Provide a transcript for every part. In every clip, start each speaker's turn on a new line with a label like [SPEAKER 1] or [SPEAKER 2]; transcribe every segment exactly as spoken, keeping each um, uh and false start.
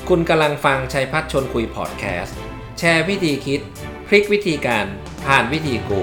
[SPEAKER 1] คุณกำลังฟังชัยพัฒน์ชวนคุยพอดแคสต์แชร์วิธีคิดพลิกวิธีการผ่านวิธีกู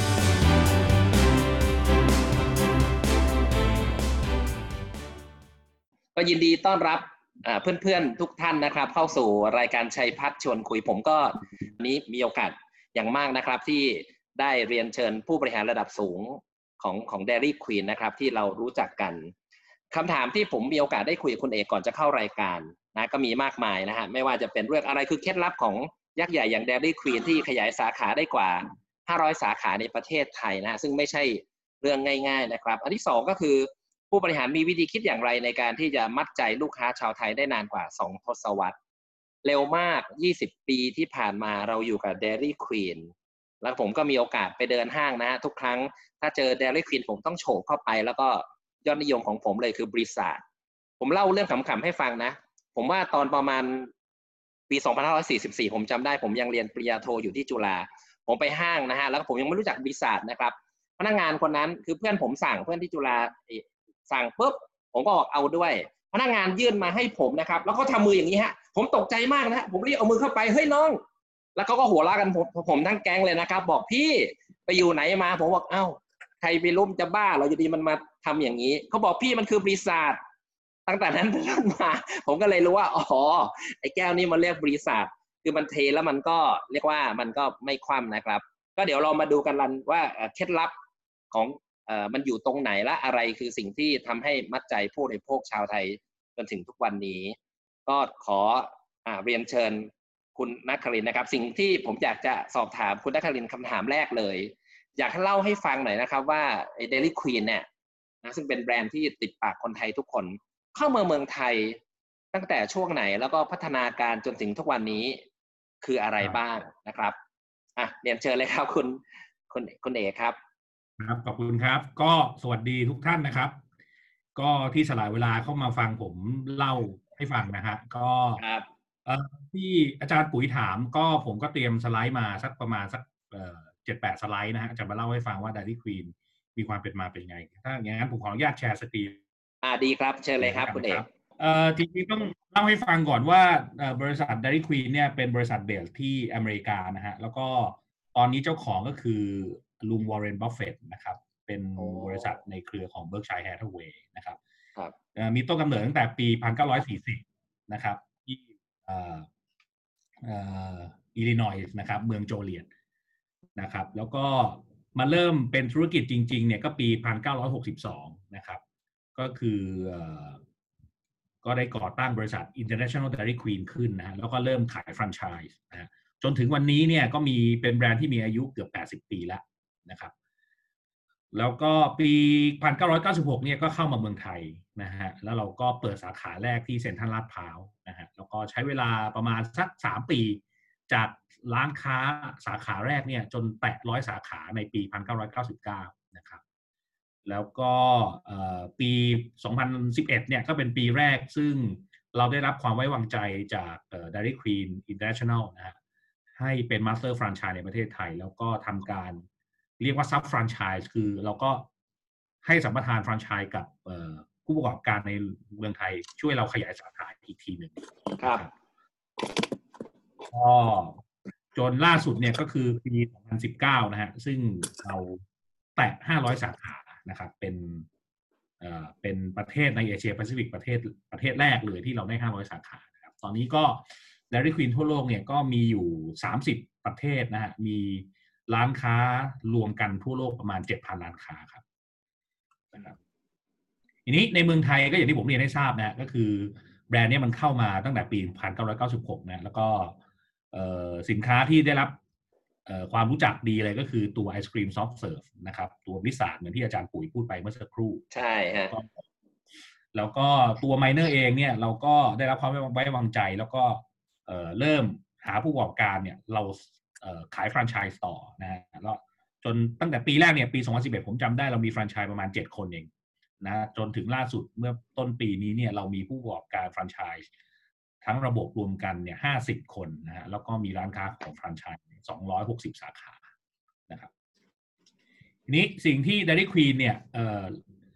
[SPEAKER 1] ก็ยินดีต้อนรับเพื่อนๆทุกท่านนะครับเข้าสู่รายการชัยพัฒน์ชวนคุยผมก็นี้มีโอกาสอย่างมากนะครับที่ได้เรียนเชิญผู้บริหารระดับสูงของของ Dairy Queen นะครับที่เรารู้จักกันคำถามที่ผมมีโอกาสได้คุยกับคุณเอกก่อนจะเข้ารายการนะก็มีมากมายนะฮะไม่ว่าจะเป็นเรื่องอะไรคือเคล็ดลับของยักษ์ใหญ่อย่าง Dairy Queen ที่ขยายสาขาได้กว่าห้าร้อยสาขาในประเทศไทยนะซึ่งไม่ใช่เรื่องง่ายๆนะครับอันที่สองก็คือผู้บริหารมีวิธีคิดอย่างไรในการที่จะมัดใจลูกค้าชาวไทยได้นานกว่าสองทศวรรษเร็วมากยี่สิบปีที่ผ่านมาเราอยู่กับ Dairy Queen แล้วผมก็มีโอกาสไปเดินห้างนะทุกครั้งถ้าเจอ Dairy Queen ผมต้องโฉบเข้าไปแล้วก็ยอดนิยมของผมเลยคือบริษัทผมเล่าเรื่องขำๆให้ฟังนะผมว่าตอนประมาณปีสองพันห้าร้อยสี่สิบสี่ผมจำได้ผมยังเรียนปริญญาโทอยู่ที่จุฬาผมไปห้างนะฮะแล้วผมยังไม่รู้จักบริษัทนะครับพนักงานคนนั้นคือเพื่อนผมสั่งเพื่อนที่จุฬาสั่งปุ๊บผมก็ออกเอาด้วยพนักงานยื่นมาให้ผมนะครับแล้วก็ทำมืออย่างนี้ฮะผมตกใจมากนะผมรีบเอามือเข้าไปเฮ้ยน้องแล้วเขาก็หัวเราะกันผมผมทั้งแก๊งเลยนะครับบอกพี่ไปอยู่ไหนมาผมบอกเอ้าใครไปรุ่มจะบ้าเราอยู่ดีมันมาทำอย่างนี้เขาบอกพี่มันคือบริษัทตั้งแต่นั้นเป็นต้นมาผมก็เลยรู้ว่าอ๋อไอ้แก้วนี่มันเรียกบริษัทคือมันเทแล้วมันก็เรียกว่ามันก็ไม่คว่ำนะครับก็เดี๋ยวเรามาดูกันว่าเคล็ดลับของเอ่อมันอยู่ตรงไหนและอะไรคือสิ่งที่ทำให้มัดใจผู้บริโภคชาวไทยจนถึงทุกวันนี้ก็ขออ่าเรียนเชิญคุณณครินทร์นะครับสิ่งที่ผมอยากจะสอบถามคุณณครินทร์คำถามแรกเลยอยากให้เล่าให้ฟังหน่อยนะครับว่าไอ้ Dairy Queen เนี่ยนะซึ่งเป็นแบรนด์ที่ติดปากคนไทยทุกคนเข้ามาเมืองไทยตั้งแต่ช่วงไหนแล้วก็พัฒนาการจนถึงทุกวันนี้คืออะไรบ้างนะครับอ่ะเรียนเชิญเลยครับคุณคุณคุณเอกครับ
[SPEAKER 2] ครับขอบคุณครับก็สวัสดีทุกท่านนะครับก็ที่สละเวลาเข้ามาฟังผมเล่าให้ฟังนะฮะก็
[SPEAKER 1] ครับ
[SPEAKER 2] ที่อาจารย์ปุ๋ยถามก็ผมก็เตรียมสไลด์มาสักประมาณสักเจ็ดแปดสไลด์นะฮะจะมาเล่าให้ฟังว่า Dairy Queen มีความเป็นมาเป็นไงถ้าอย่างนั้นผมขออนุญาตแชร์สกรีน
[SPEAKER 1] อ่าดีครับเชิญเลยครับคุณเอก
[SPEAKER 2] เอ่อจริงๆต้องเล่าให้ฟังก่อนว่าบริษัท Dairy Queen เนี่ยเป็นบริษัทเบสที่อเมริกานะฮะแล้วก็ตอนนี้เจ้าของก็คือลุงวอร์เรน บัฟเฟตต์นะครับเป็นบริษัทในเครือของ Berkshire Hathaway นะครับมีต้นกำเนิดตั้งแต่ปีหนึ่งพันเก้าร้อยสี่สิบนะครับที่อิลลินอยส์นะครับเมืองโจเลียนนะครับแล้วก็มาเริ่มเป็นธุรกิจจริงๆเนี่ยก็ปีหนึ่งพันเก้าร้อยหกสิบสองนะครับก็คือก็ได้ก่อตั้งบริษัท International Dairy Queen ขึ้นนะแล้วก็เริ่มขายแฟรนไชส์นะจนถึงวันนี้เนี่ยก็มีเป็นแบรนด์ที่มีอายุเกือบแปดสิบปีแล้วนะครับแล้วก็ปีหนึ่งพันเก้าร้อยเก้าสิบหกเนี่ยก็เข้ามาเมืองไทยนะฮะแล้วเราก็เปิดสาขาแรกที่เซ็นทรัลลาดพร้าวนะฮะแล้วก็ใช้เวลาประมาณสักสามปีจากร้านค้าสาขาแรกเนี่ยจนแตะร้อยสาขาในปีหนึ่งพันเก้าร้อยเก้าสิบเก้านะครับแล้วก็ปีสองพันสิบเอ็ดเนี่ยก็เป็นปีแรกซึ่งเราได้รับความไว้วางใจจาก Dairy Queen International นะฮะให้เป็น Master Franchise ในประเทศไทยแล้วก็ทำการเรียกว่า Sub Franchise คือเราก็ให้สัมปทานแฟรนไชส์กับผู้ประกอบการในเมืองไทยช่วยเราขยายสาขาอีกทีหนึ่ง
[SPEAKER 1] ครับ
[SPEAKER 2] ก็จนล่าสุดเนี่ยก็คือปีสองพันสิบเก้านะฮะซึ่งเราแตะห้าร้อยสาขานะครับเป็นเอ่อเป็นประเทศในเอเชียแปซิฟิกประเทศประเทศแรกเลยที่เราได้ห้าร้อยสาขานะครับตอนนี้ก็ Dairy Queen ทั่วโลกเนี่ยก็มีอยู่สามสิบประเทศนะฮะมีร้านค้ารวมกันทั่วโลกประมาณ เจ็ดพัน ร้านค้าครับนะครับทีนี้ในเมืองไทยก็อย่างที่ผมเรียนให้ทราบนะก็คือแบรนด์นี้มันเข้ามาตั้งแต่ปีหนึ่งพันเก้าร้อยเก้าสิบหกนะแล้วก็สินค้าที่ได้รับความรู้จักดีเลยก็คือตัวไอศกรีมซอฟต์เซิร์ฟนะครับตัวมิสซาร์ดเหมือนที่อาจารย์ปุ๋ยพูดไปเมื่อสักครู่
[SPEAKER 1] ใช่ฮะ
[SPEAKER 2] แล้วก็ตัวไมเนอร์เองเนี่ยเราก็ได้รับความไว้วางใจแล้วก็เริ่มหาผู้ประกอบการเนี่ยเราขายแฟรนไชส์ต่อนะฮะแล้วจนตั้งแต่ปีแรกเนี่ยปีสองพันสิบเอ็ดผมจำได้เรามีแฟรนไชส์ประมาณเจ็ดคนเองนะจนถึงล่าสุดเมื่อต้นปีนี้เนี่ยเรามีผู้ประกอบการแฟรนไชส์ทั้งระบบรวมกันเนี่ยห้าสิบคนนะฮะแล้วก็มีร้านค้าของแฟรนไชส์สองร้อยหกสิบสาขานะครับทีนี้สิ่งที่ Dairy Queen เนี่ยเอ่อ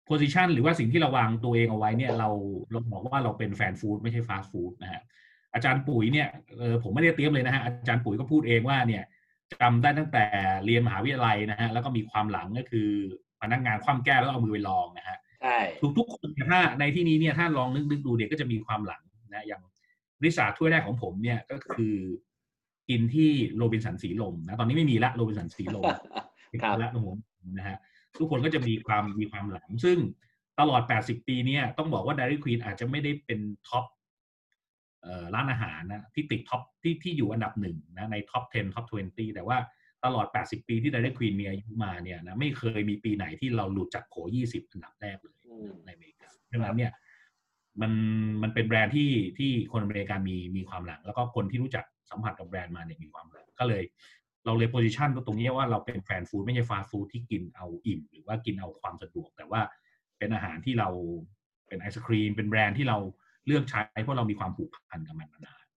[SPEAKER 2] position หรือว่าสิ่งที่เราวางตัวเองเอาไว้เนี่ยเราเราบอกว่าเราเป็นแฟนฟู้ดไม่ใช่ฟาสต์ฟู้ดนะฮะอาจารย์ปุ๋ยเนี่ยเออผมไม่ได้เตรียมเลยนะฮะอาจารย์ปุ๋ยก็พูดเองว่าเนี่ยจำได้ตั้งแต่เรียนมหาวิทยาลัยนะฮะแล้วก็มีความหลังก็คือพนักงานคว่ำแก้วแล้วเอามือไปลองนะฮะ
[SPEAKER 1] ใช่
[SPEAKER 2] ทุกทุกคนถ้าในที่นี้เนี่ยถ้าลองนึกนึกดูเนี่ยก็จะมีความหลังนะอย่างริซ่าถ้วยแรกของผมเนี่ยก็คือกินที่โรบินสันสีลมนะตอนนี้ไม่มีละโรบินสันสีลมละนะผมนะฮะทุกคนก็จะมีความมีความหลังซึ่งตลอดแปดสิบปีเนี่ยต้องบอกว่า Dairy Queen อาจจะไม่ได้เป็นท็อปร้านอาหารนะที่ติดท็อปที่ที่อยู่อันดับหนึ่งนะในท็อปสิบ ท็อปยี่สิบแต่ว่าตลอดแปดสิบปีที่ Dairy Queen มีอายุมาเนี่ยนะไม่เคยมีปีไหนที่เราหลุดจากโผยี่สิบอันดับแรกเลยในอเมริกาดังนั้นเนี่ยมันมันเป็นแบรนด์ที่ที่คนอเมริกันมีมีความหลังแล้วก็คนที่รู้จักสัมผัสกับแบรนด์มาเนี่ยมีความหลังก็เลยเราเลยโพซิชันตรงนี้ว่าเราเป็นแฟนฟู้ดไม่ใช่ฟาสต์ฟู้ดที่กินเอาอิ่มหรือว่ากินเอาความสะดวกแต่ว่าเป็นอาหารที่เราเป็นไอศครีมเป็นแบรนด์ที่เราเลือกใช้เพราะเรามีความผูกพันกับมันมานาน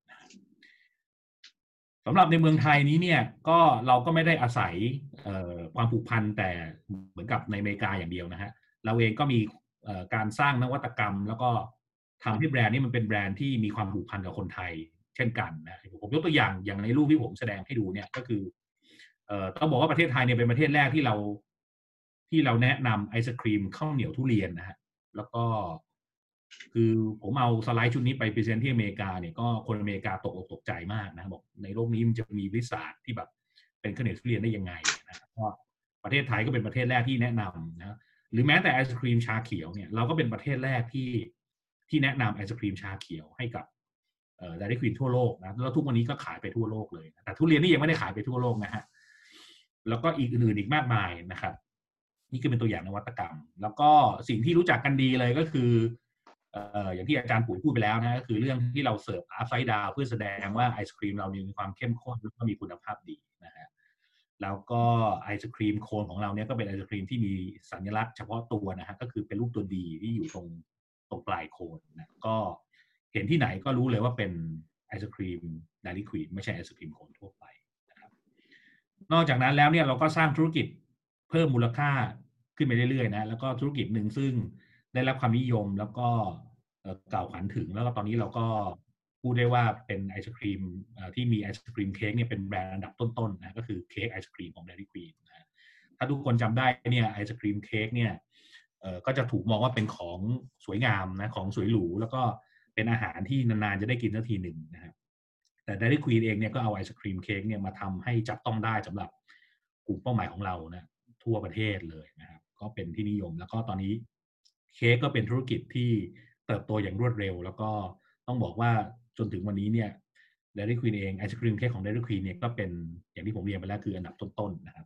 [SPEAKER 2] สำหรับในเมืองไทยนี้เนี่ยก็เราก็ไม่ได้อาศัยความผูกพันแต่เหมือนกับในอเมริกาอย่างเดียวนะฮะเราเองก็มีการสร้างนวัตกรรมแล้วก็ทำให้แบรนด์นี้มันเป็นแบรนด์ที่มีความผูกพันกับคนไทยเช่นกันนะผมยกตัวอย่างอย่างในรูปที่ผมแสดงให้ดูเนี่ยก็คือเอ่อต้องบอกว่าประเทศไทยเนี่ยเป็นประเทศแรกที่เราที่เราแนะนำไอศครีมข้าวเหนียวทุเรียนนะฮะแล้วก็คือผมเอาสไลด์ชุดนี้ไปพรีเซนต์ที่อเมริกาเนี่ยก็คนอเมริกาตกอกตกใจมากนะบอกในโลกนี้มันจะมีวิสัยที่แบบเป็นข้าวเหนียวทุเรียนได้ยังไงนะเพราะประเทศไทยก็เป็นประเทศแรกที่แนะนำนะหรือแม้แต่ไอศครีมชาเขียวเนี่ยเราก็เป็นประเทศแรกที่ที่แนะนำไอศครีมชาเขียวให้กับเอ่อ Dairy Queen ทั่วโลกนะแล้วทุกวันนี้ก็ขายไปทั่วโลกเลยแต่ทุเรียนนี่ยังไม่ได้ขายไปทั่วโลกนะฮะแล้วก็อีกอื่นๆอีกมากมายนะครับนี่ก็เป็นตัวอย่างนวัตกรรมแล้วก็สิ่งที่รู้จักกันดีเลยก็คือเอ่ออย่างที่อาจารย์ปุ๋ยพูดไปแล้วนะก็คือเรื่องที่เราเสิร์ฟอัพไซด์ดาวเพื่อแสดงว่าไอศครีมเรามีความเข้มข้นและก็มีคุณภาพดีนะฮะแล้วก็ไอศครีมโคนของเราเนี่ยก็เป็นไอศครีมที่มีสัญลักษณ์เฉพาะตัวนะฮะก็คือเป็นรูปตัวดีที่อยู่ตรงตรงปลายโคนนะก็เห็นที่ไหนก็รู้เลยว่าเป็นไอศครีม Dairy Queen ไม่ใช่ไอศครีมโคนทั่วไปนะครับนอกจากนั้นแล้วเนี่ยเราก็สร้างธุรกิจเพิ่มมูลค่าขึ้นไปเรื่อยๆนะแล้วก็ธุรกิจหนึ่งซึ่งได้รับความนิยมแล้วก็กล่าวขวัญถึงแล้วก็ตอนนี้เราก็พูดได้ว่าเป็นไอศครีมที่มีไอศครีมเค้กเนี่ยเป็นแบรนด์อันดับต้นๆนะก็คือเค้กไอศครีมของ Dairy Queen นะถ้าทุกคนจำได้เนี่ยไอศครีมเค้กเนี่ยก็จะถูกมองว่าเป็นของสวยงามนะของสวยหรูแล้วก็เป็นอาหารที่นานๆจะได้กินสักทีหนึ่งนะครับแต่ Dairy Queen เองเนี่ยก็เอาไอศครีมเค้กเนี่ยมาทำให้จับต้องได้สำหรับกลุ่มเป้าหมายของเรานะทั่วประเทศเลยนะครับก็เป็นที่นิยมแล้วก็ตอนนี้เค้กก็เป็นธุรกิจที่เติบโตอย่างรวดเร็วแล้วก็ต้องบอกว่าจนถึงวันนี้เนี่ย Dairy Queen เองไอศครีมเค้กของ Dairy Queen เนี่ยก็เป็นอย่างที่ผมเรียนไปแล้วคืออันดับต้นๆนะครับ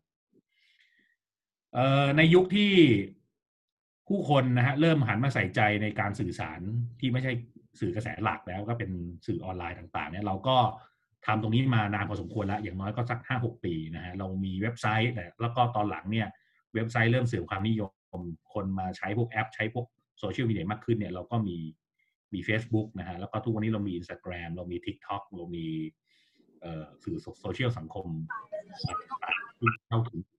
[SPEAKER 2] ในยุคที่ผู้คนนะฮะเริ่มหันมาใส่ใจในการสื่อสารที่ไม่ใช่สื่อกระแสหลักแล้วก็เป็นสื่อออนไลน์ต่างๆเนี่ยเราก็ทำตรงนี้มานานพอสมควรแล้วอย่างน้อยก็สัก ห้าหก ปีนะฮะเรามีเว็บไซต์แต่แล้วก็ตอนหลังเนี่ยเว็บไซต์เริ่มเสื่อมความนิยมคนมาใช้พวกแอปใช้พวกโซเชียลมีเดียมากขึ้นเนี่ยเราก็มีมี Facebook นะฮะแล้วก็ทุกวันนี้เรามี Instagram เรามี TikTok เรามีสื่อโซเชียลสังคมเข้าถึง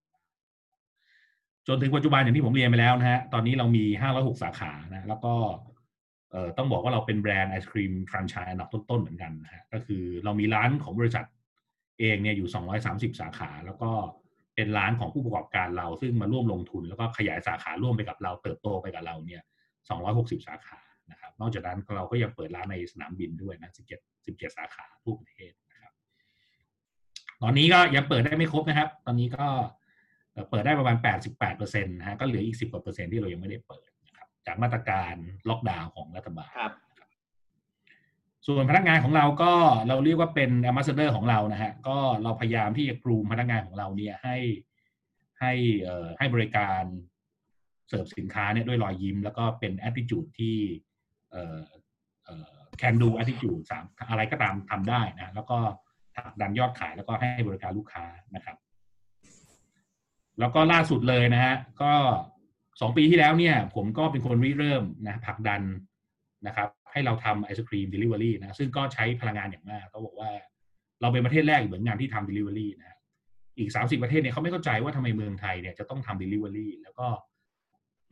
[SPEAKER 2] จนถึงปัจจุบันอย่างที่ผมเรียนไปแล้วนะฮะตอนนี้เรามีห้าร้อยหกสาขานะแล้วก็เอ่อต้องบอกว่าเราเป็นแบรนด์ไอศครีมแฟรนไชส์อันดับต้นๆเหมือนกันนะฮะก็คือเรามีร้านของบริษัทเองเนี่ยอยู่สองร้อยสามสิบสาขาแล้วก็เป็นร้านของผู้ประกอบการเราซึ่งมาร่วมลงทุนแล้วก็ขยายสาขาร่วมไปกับเราเติบโตไปกับเราเนี่ยสองร้อยหกสิบสาขานะครับนอกจากนั้นเราก็ยังเปิดร้านในสนามบินด้วยนะสิบเจ็ด สิบเจ็ดสาขาทั่วประเทศนะครับตอนนี้ก็ยังเปิดได้ไม่ครบนะครับตอนนี้ก็เปิดได้ประมาณ แปดสิบแปดเปอร์เซ็นต์ นะฮะก็เหลืออีก สิบกว่าเปอร์เซ็นต์ที่เรายังไม่ได้เปิดนะครับจากมาตรการล็อกดาวน์ของรัฐบาลครับส่วนพนักงานของเราก็เราเรียกว่าเป็น Ambassador ของเรานะฮะก็เราพยายามที่จะกรูมพนักงานของเราเนี่ยให้ให้เอ่อให้บริการเสิร์ฟสินค้าเนี่ยด้วยรอยยิ้มแล้วก็เป็น attitude ที่เอ่อเอ่อ can do attitude สามอะไรก็ตามทำได้นะแล้วก็ผลักดันยอดขายแล้วก็ให้บริการลูกค้านะครับแล้วก็ล่าสุดเลยนะฮะก็สองปีที่แล้วเนี่ยผมก็เป็นคนริเริ่มนะผลักดันนะครับให้เราทำไอศครีม delivery นะซึ่งก็ใช้พลังงานอย่างมากเขาบอกว่าเราเป็นประเทศแรกเหมือนกันที่ทำ delivery นะอีกสามสิบประเทศเนี่ยเขาไม่เข้าใจว่าทำไมเมืองไทยเนี่ยจะต้องทำ delivery แล้วก็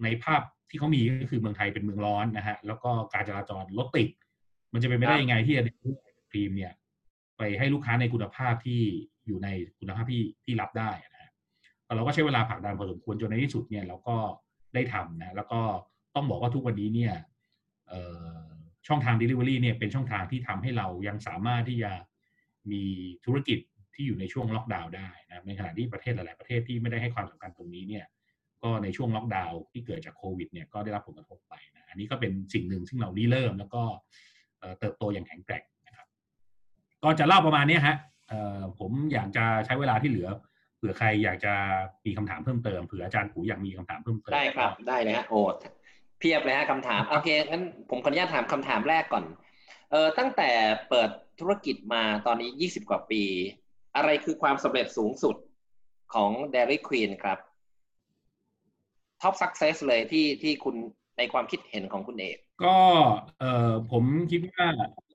[SPEAKER 2] ในภาพที่เขามีก็คือเมืองไทยเป็นเมืองร้อนนะฮะแล้วก็การจราจรรถติดมันจะเป็นไปได้ยังไงที่จะครีมเนี่ยไปให้ลูกค้าในคุณภาพที่อยู่ในคุณภาพที่ที่รับได้นะฮะเราก็ใช้เวลาผลักดันพอสมควรจนในที่สุดเนี่ยเราก็ได้ทำนะแล้วก็ต้องบอกว่าทุกวันนี้เนี่ยช่องทาง Delivery เนี่ยเป็นช่องทางที่ทำให้เรายังสามารถที่จะมีธุรกิจที่อยู่ในช่วงล็อกดาวน์ได้นะในขณะที่ประเทศหลายๆประเทศที่ไม่ได้ให้ความสำคัญตรงนี้เนี่ยก็ในช่วงล็อกดาวน์ที่เกิดจากโควิดเนี่ยก็ได้รับผลกระทบไปนะอันนี้ก็เป็นสิ่งหนึ่งซึ่งเราริเริ่มแล้วก็เติบโตอย่างแข็งแกร่งนะครับก็จะเล่าประมาณนี้ฮะผมอยากจะใช้เวลาที่เหลือเผื่อใครอยากจะมีคำถามเพิ่มเติมเผื่ออาจารย์ปู่อยากมีคำถามเพิ่มเติม
[SPEAKER 1] ได้ครับได้เลยฮะโอ้เพียบเลยฮะคำถามโอเคงั้นผมขออนุญาตถามคำถามแรกก่อนเออตั้งแต่เปิดธุรกิจมาตอนนี้ยี่สิบกว่าปีอะไรคือความสำเร็จสูงสุดของ Dairy Queen ครับ Top Success เลยที่ที่คุณในความคิดเห็นของคุณเอก
[SPEAKER 2] ก็เออผมคิดว่า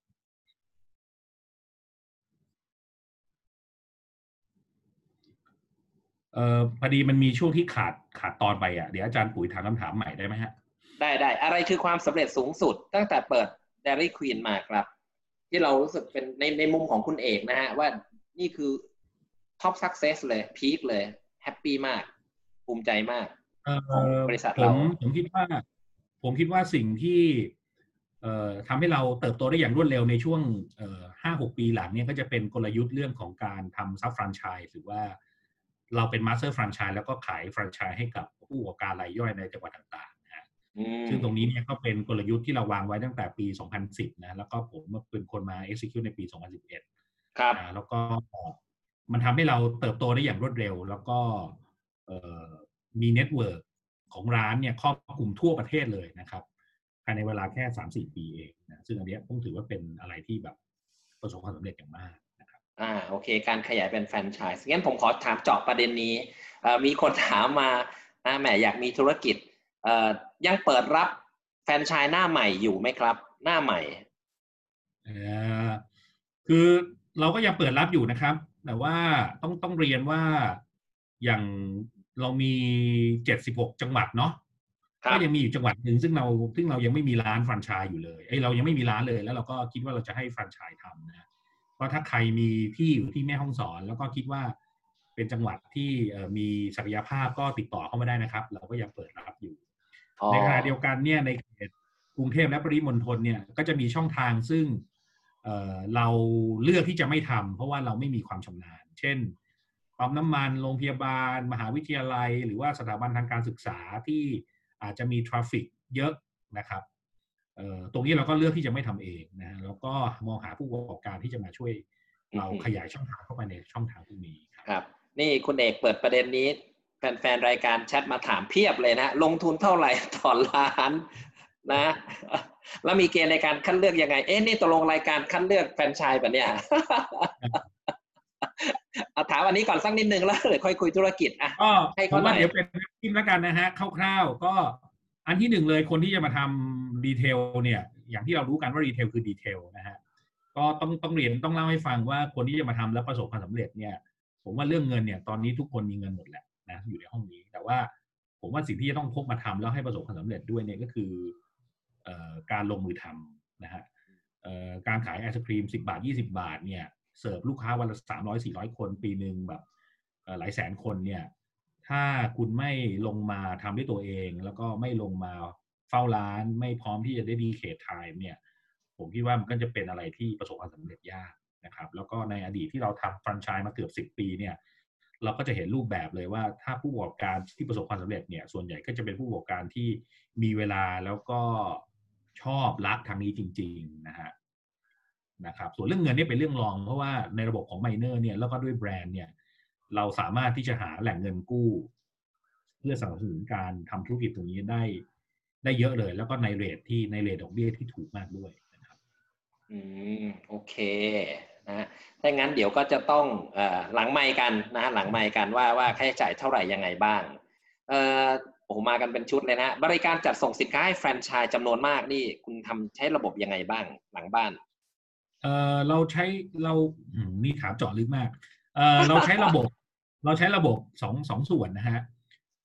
[SPEAKER 2] เออพอดีมันมีช่วงที่ขาดขาดตอนไปอ่ะเดี๋ยวอาจารย์ปุ๋ยถามคำถามใหม่ได้ไหมฮะ
[SPEAKER 1] ได้ได้อะไรคือความสำเร็จสูงสุดตั้งแต่เปิด Dairy Queen มาครับที่เรารู้สึกเป็นในในมุมของคุณเอกนะฮะว่านี่คือ Top Success เลยพีคเลยแฮปปี้มากภูมิใจมากของบริษัทเรา
[SPEAKER 2] ผมผมคิดว่าผมคิดว่าสิ่งที่ทำให้เราเติบโตได้อย่างรวดเร็วในช่วง ห้าหก ปีหลังเนี่ยก็จะเป็นกลยุทธ์เรื่องของการทำซับแฟรนไชส์หรือว่าเราเป็นมาสเตอร์แฟรนไชส์แล้วก็ขายแฟรนไชส์ให้กับผู้ประกอบการรายย่อยในจังหวัดต่างๆนะซึ่งตรงนี้เนี่ยก็เป็นกลยุทธ์ที่เราวางไว้ตั้งแต่ปีสองพันสิบนะแล้วก็ผมเป็นคนมา execute ในปีสองพันสิบเอ็ด
[SPEAKER 1] ครับ
[SPEAKER 2] แล้วก็มันทำให้เราเติบโตได้อย่างรวดเร็วแล้วก็มีเน็ตเวิร์กของร้านเนี่ยครอบคลุมทั่วประเทศเลยนะครับภายในเวลาแค่ สามสี่ ปีเองนะซึ่งอันนี้ผมถือว่าเป็นอะไรที่แบบประสบความสำเร็จอย่างมากนะครับ
[SPEAKER 1] อ่าโอเคการขยายเป็นแฟรนไชส์งั้นผมขอถามเจาะประเด็นนี้มีคนถามมานะแหมอยากมีธุรกิจยังเปิดรับแฟรนไชส์หน้าใหม่อยู่ไหมครับหน้าใหม่
[SPEAKER 2] คือเราก็ยังเปิดรับอยู่นะครับแต่ว่าต้องต้องเรียนว่าอย่างเรามีเจ็ดสิบหกจังหวัดเนาะก็ยังมีอยู่จังหวัดหนึ่งซึ่งเราซึ่งเรายังไม่มีร้านแฟรนไชส์อยู่เลยเอ้ยเรายังไม่มีร้านเลยแล้วเราก็คิดว่าเราจะให้แฟรนไชส์ทำนะเพราะถ้าใครมีที่อยู่ที่แม่ฮ่องสอนแล้วก็คิดว่าเป็นจังหวัดที่มีศักยภาพก็ติดต่อเข้ามาได้นะครับเราก็ยังเปิดรับอยู่ในขณะเดียวกันเนี่ยในเขตกรุงเทพและปริมณฑลเนี่ยก็จะมีช่องทางซึ่งเอ่อเราเลือกที่จะไม่ทำเพราะว่าเราไม่มีความชำนาญเช่นปั๊มน้ำมันโรงพยาบาลมหาวิทยาลัยหรือว่าสถาบันทางการศึกษาที่อาจจะมีทราฟฟิกเยอะนะครับเอ่อตรงนี้เราก็เลือกที่จะไม่ทำเองนะแล้วก็มองหาผู้ประกอบการที่จะมาช่วยเราขยายช่องทางเข้าไปในช่องทางพวกนี้
[SPEAKER 1] ครับนี่คุณเอกเปิดประเด็นนี้แฟนๆรายการแชทมาถามเพียบเลยนะลงทุนเท่าไหร่ต่อล้านนะแล้วมีเกณฑ์ในการคัดเลือกยังไงเอ๊ะนี่ตกลงรายการคัดเลือกแฟรนไชส์ป่ะเนี่ยเอาถามอันนี้ก่อนสักนิดนึงแล้วเดี๋ยวค่อยคุยธุรกิจอ่ะ
[SPEAKER 2] ก็ผมว่าเดี๋ยวเป็นทีมแล้วกันนะฮะคร่าวๆก็อันที่หนึ่งเลยคนที่จะมาทำดีเทลเนี่ยอย่างที่เรารู้กันว่าดีเทลคือดีเทลนะฮะก็ต้องต้องเรียนต้องเล่าให้ฟังว่าคนที่จะมาทำแล้วประสบความสำเร็จเนี่ยผมว่าเรื่องเงินเนี่ยตอนนี้ทุกคนมีเงินหมดแหละนะอยู่ในห้องนี้แต่ว่าผมว่าสิ่งที่จะต้องพกมาทำแล้วให้ประสบความสำเร็จด้วยเนี่ยก็คือการลงมือทำนะฮะการขายไอศครีมสิบบาทยี่สิบบาทเนี่ยเสิร์ฟลูกค้าวันละสามร้อยสี่ร้อยคนปีหนึ่งแบบหลายแสนคนเนี่ยถ้าคุณไม่ลงมาทำด้วยตัวเองแล้วก็ไม่ลงมาเฝ้าร้านไม่พร้อมที่จะได้ดีเคทไทม์เนี่ยผมคิดว่ามันก็จะเป็นอะไรที่ประสบความสำเร็จยากนะครับแล้วก็ในอดีตที่เราทำแฟรนไชส์มาเกือบสิบปีเนี่ยเราก็จะเห็นรูปแบบเลยว่าถ้าผู้ประกอบการที่ประสบความสำเร็จเนี่ยส่วนใหญ่ก็จะเป็นผู้ประกอบการที่มีเวลาแล้วก็ชอบรักทางนี้จริงๆนะฮะนะครับส่วนเรื่องเงินนี่เป็นเรื่องรองเพราะว่าในระบบของไมเนอร์เนี่ยแล้วก็ด้วยแบรนด์เนี่ยเราสามารถที่จะหาแหล่งเงินกู้เพื่อสนับสนุนการทำธุรกิจตรงนี้ได้ได้เยอะเลยแล้วก็ในเรทที่ในเรทดอกเบี้ยที่ถูกมากด้วยนะครับ
[SPEAKER 1] อืมโอเคนะถ้างั้นเดี๋ยวก็จะต้องเอ่อหลังไมค์กันนะฮะหลังไมค์กันว่าว่าค่าใช้จ่ายเท่าไหร่ยังไงบ้างเอ่อโอ้มากันเป็นชุดเลยนะบริการจัดส่งสินค้าให้แฟรนไชส์จำนวนมากนี่คุณทำใช้ระบบยังไงบ้างหลังบ้าน
[SPEAKER 2] เอ่อเราใช้เรานี่ถามเจาะลึกมากเอ่อเราใช้ระบบเราใช้ระบบสองสองส่วนนะฮะ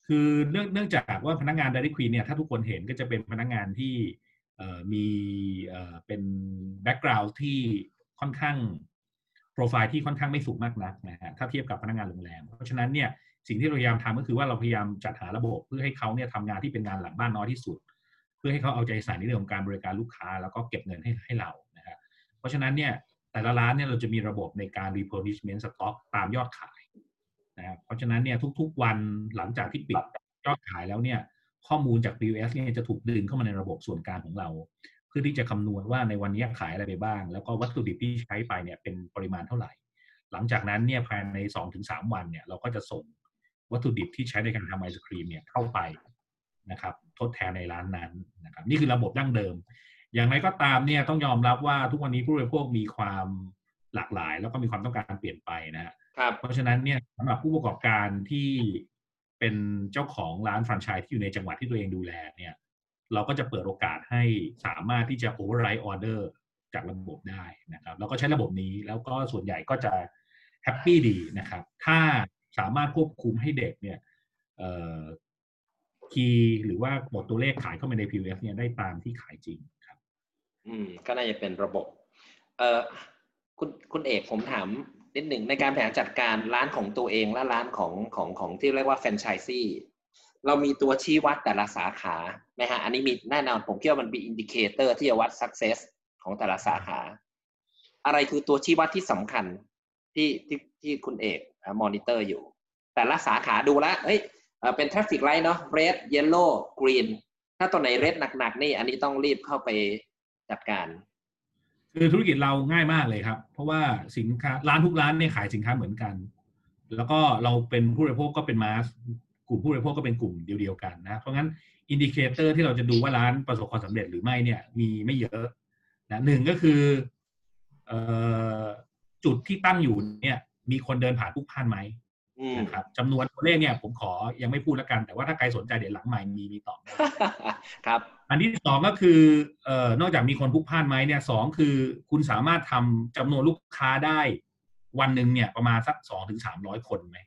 [SPEAKER 2] คือเนื่องเนื่องจากว่าพนักงาน Dairy Queen เนี่ยถ้าทุกคนเห็นก็จะเป็นพนักงานที่มีเป็นแบ็กกราวด์ที่ค่อนข้างโปรไฟล์ที่ค่อนข้างไม่สูงมากนักนะฮะถ้าเทียบกับพนักงานโรงแรมเพราะฉะนั้นเนี่ยสิ่งที่เราพยายามทำก็คือว่าเราพยายามจัดหาระบบเพื่อให้เขาเนี่ยทำงานที่เป็นงานหลังบ้านน้อยที่สุดเพื่อให้เขาเอาใจใส่ในเรื่องของการบริการลูกค้าแล้วก็เก็บเงินให้ให้เรานะฮะเพราะฉะนั้นเนี่ยแต่ละร้านเนี่ยเราจะมีระบบในการ replenishment stock ตามยอดขายนะครับเพราะฉะนั้นเนี่ยทุกๆวันหลังจากที่ปิดยอดขายแล้วเนี่ยข้อมูลจาก พี โอ เอส เนี่ยจะถูกดึงเข้ามาในระบบส่วนกลางของเราเพื่อที่จะคำนวณว่าในวันนี้ขายอะไรไปบ้างแล้วก็วัตถุดิบที่ใช้ไปเนี่ยเป็นปริมาณเท่าไหร่หลังจากนั้นเนี่ยภายใน สองถึงสาม วันเนี่ยเราก็จะส่งวัตถุดิบที่ใช้ในการทำไอศครีมเนี่ยเข้าไปนะครับทดแทนในร้านนั้นนะครับนี่คือระบบดั้งเดิมอย่างไรก็ตามเนี่ยต้องยอมรับว่าทุกวันนี้ผู้บริโภคมีความหลากหลายแล้วก็มีความต้องการเปลี่ยนไปนะครับเพราะฉะนั้นเนี่ยสำหรับผู้ประกอบการที่เป็นเจ้าของร้านแฟรนไชส์ที่อยู่ในจังหวัดที่ตัวเองดูแลเนี่ยเราก็จะเปิดโอกาสให้สามารถที่จะ override order จากระบบได้นะครับแล้วก็ใช้ระบบนี้แล้วก็ส่วนใหญ่ก็จะแฮปปี้ดีนะครับถ้าสามารถควบคุมให้เด็กเนี่ยคีย์หรือว่าบทตัวเลขขายเข้ามาใน พี โอ เอส เนี่ยได้ตามที่ขายจริงครับ
[SPEAKER 1] อืมก็น่าจะเป็นระบบเอ่อคุณคุณเอกผมถามนิดหนึ่งในการบริหารจัดการร้านของตัวเองและร้านของของของที่เรียกว่าแฟรนไชส์ซี่เรามีตัวชี้วัดแต่ละสาขาไหมฮะอันนี้มีแน่นอนผมคิดว่ามันมีอินดิเคเตอร์ที่จะวัด success ของแต่ละสาขาอะไรคือตัวชี้วัดที่สำคัญที่ที่ที่คุณเอกมอนิเตอร์อยู่แต่ละสาขาดูแล้วเฮ้ยเป็น traffic light เนาะ red yellow green ถ้าตัวไหน red หนักๆนี่อันนี้ต้องรีบเข้าไปจัดการ
[SPEAKER 2] คือธุรกิจเราง่ายมากเลยครับเพราะว่าสินค้าร้านทุกร้านเนี่ยขายสินค้าเหมือนกันแล้วก็เราเป็นผู้บริโภคก็เป็นมาสกลุ่มผู้บริโภคก็เป็นกลุ่มเดียวๆกันนะเพราะงั้นอินดิเคเตอร์ที่เราจะดูว่าร้านประสบความสำเร็จหรือไม่เนี่ยมีไม่เยอะนะหนึ่งก็คือจุดที่ตั้งอยู่เนี่ยมีคนเดินผ่านผู้ผ่านไหมนะครับจำนวนตัวเลขเนี่ยผมขอยังไม่พูดแล้วกันแต่ว่าถ้าใครสนใจเดี๋ยวหลังใหม่มีมีตอบ
[SPEAKER 1] ครับ
[SPEAKER 2] อันที่สองก็คือเอ่อนอกจากมีคนพลุกพล่านไหมเนี่ยสองคือคุณสามารถทำจำนวนลูกค้าได้วันหนึ่งเนี่ยประมาณสักสองถึงสามร้อยคนไหม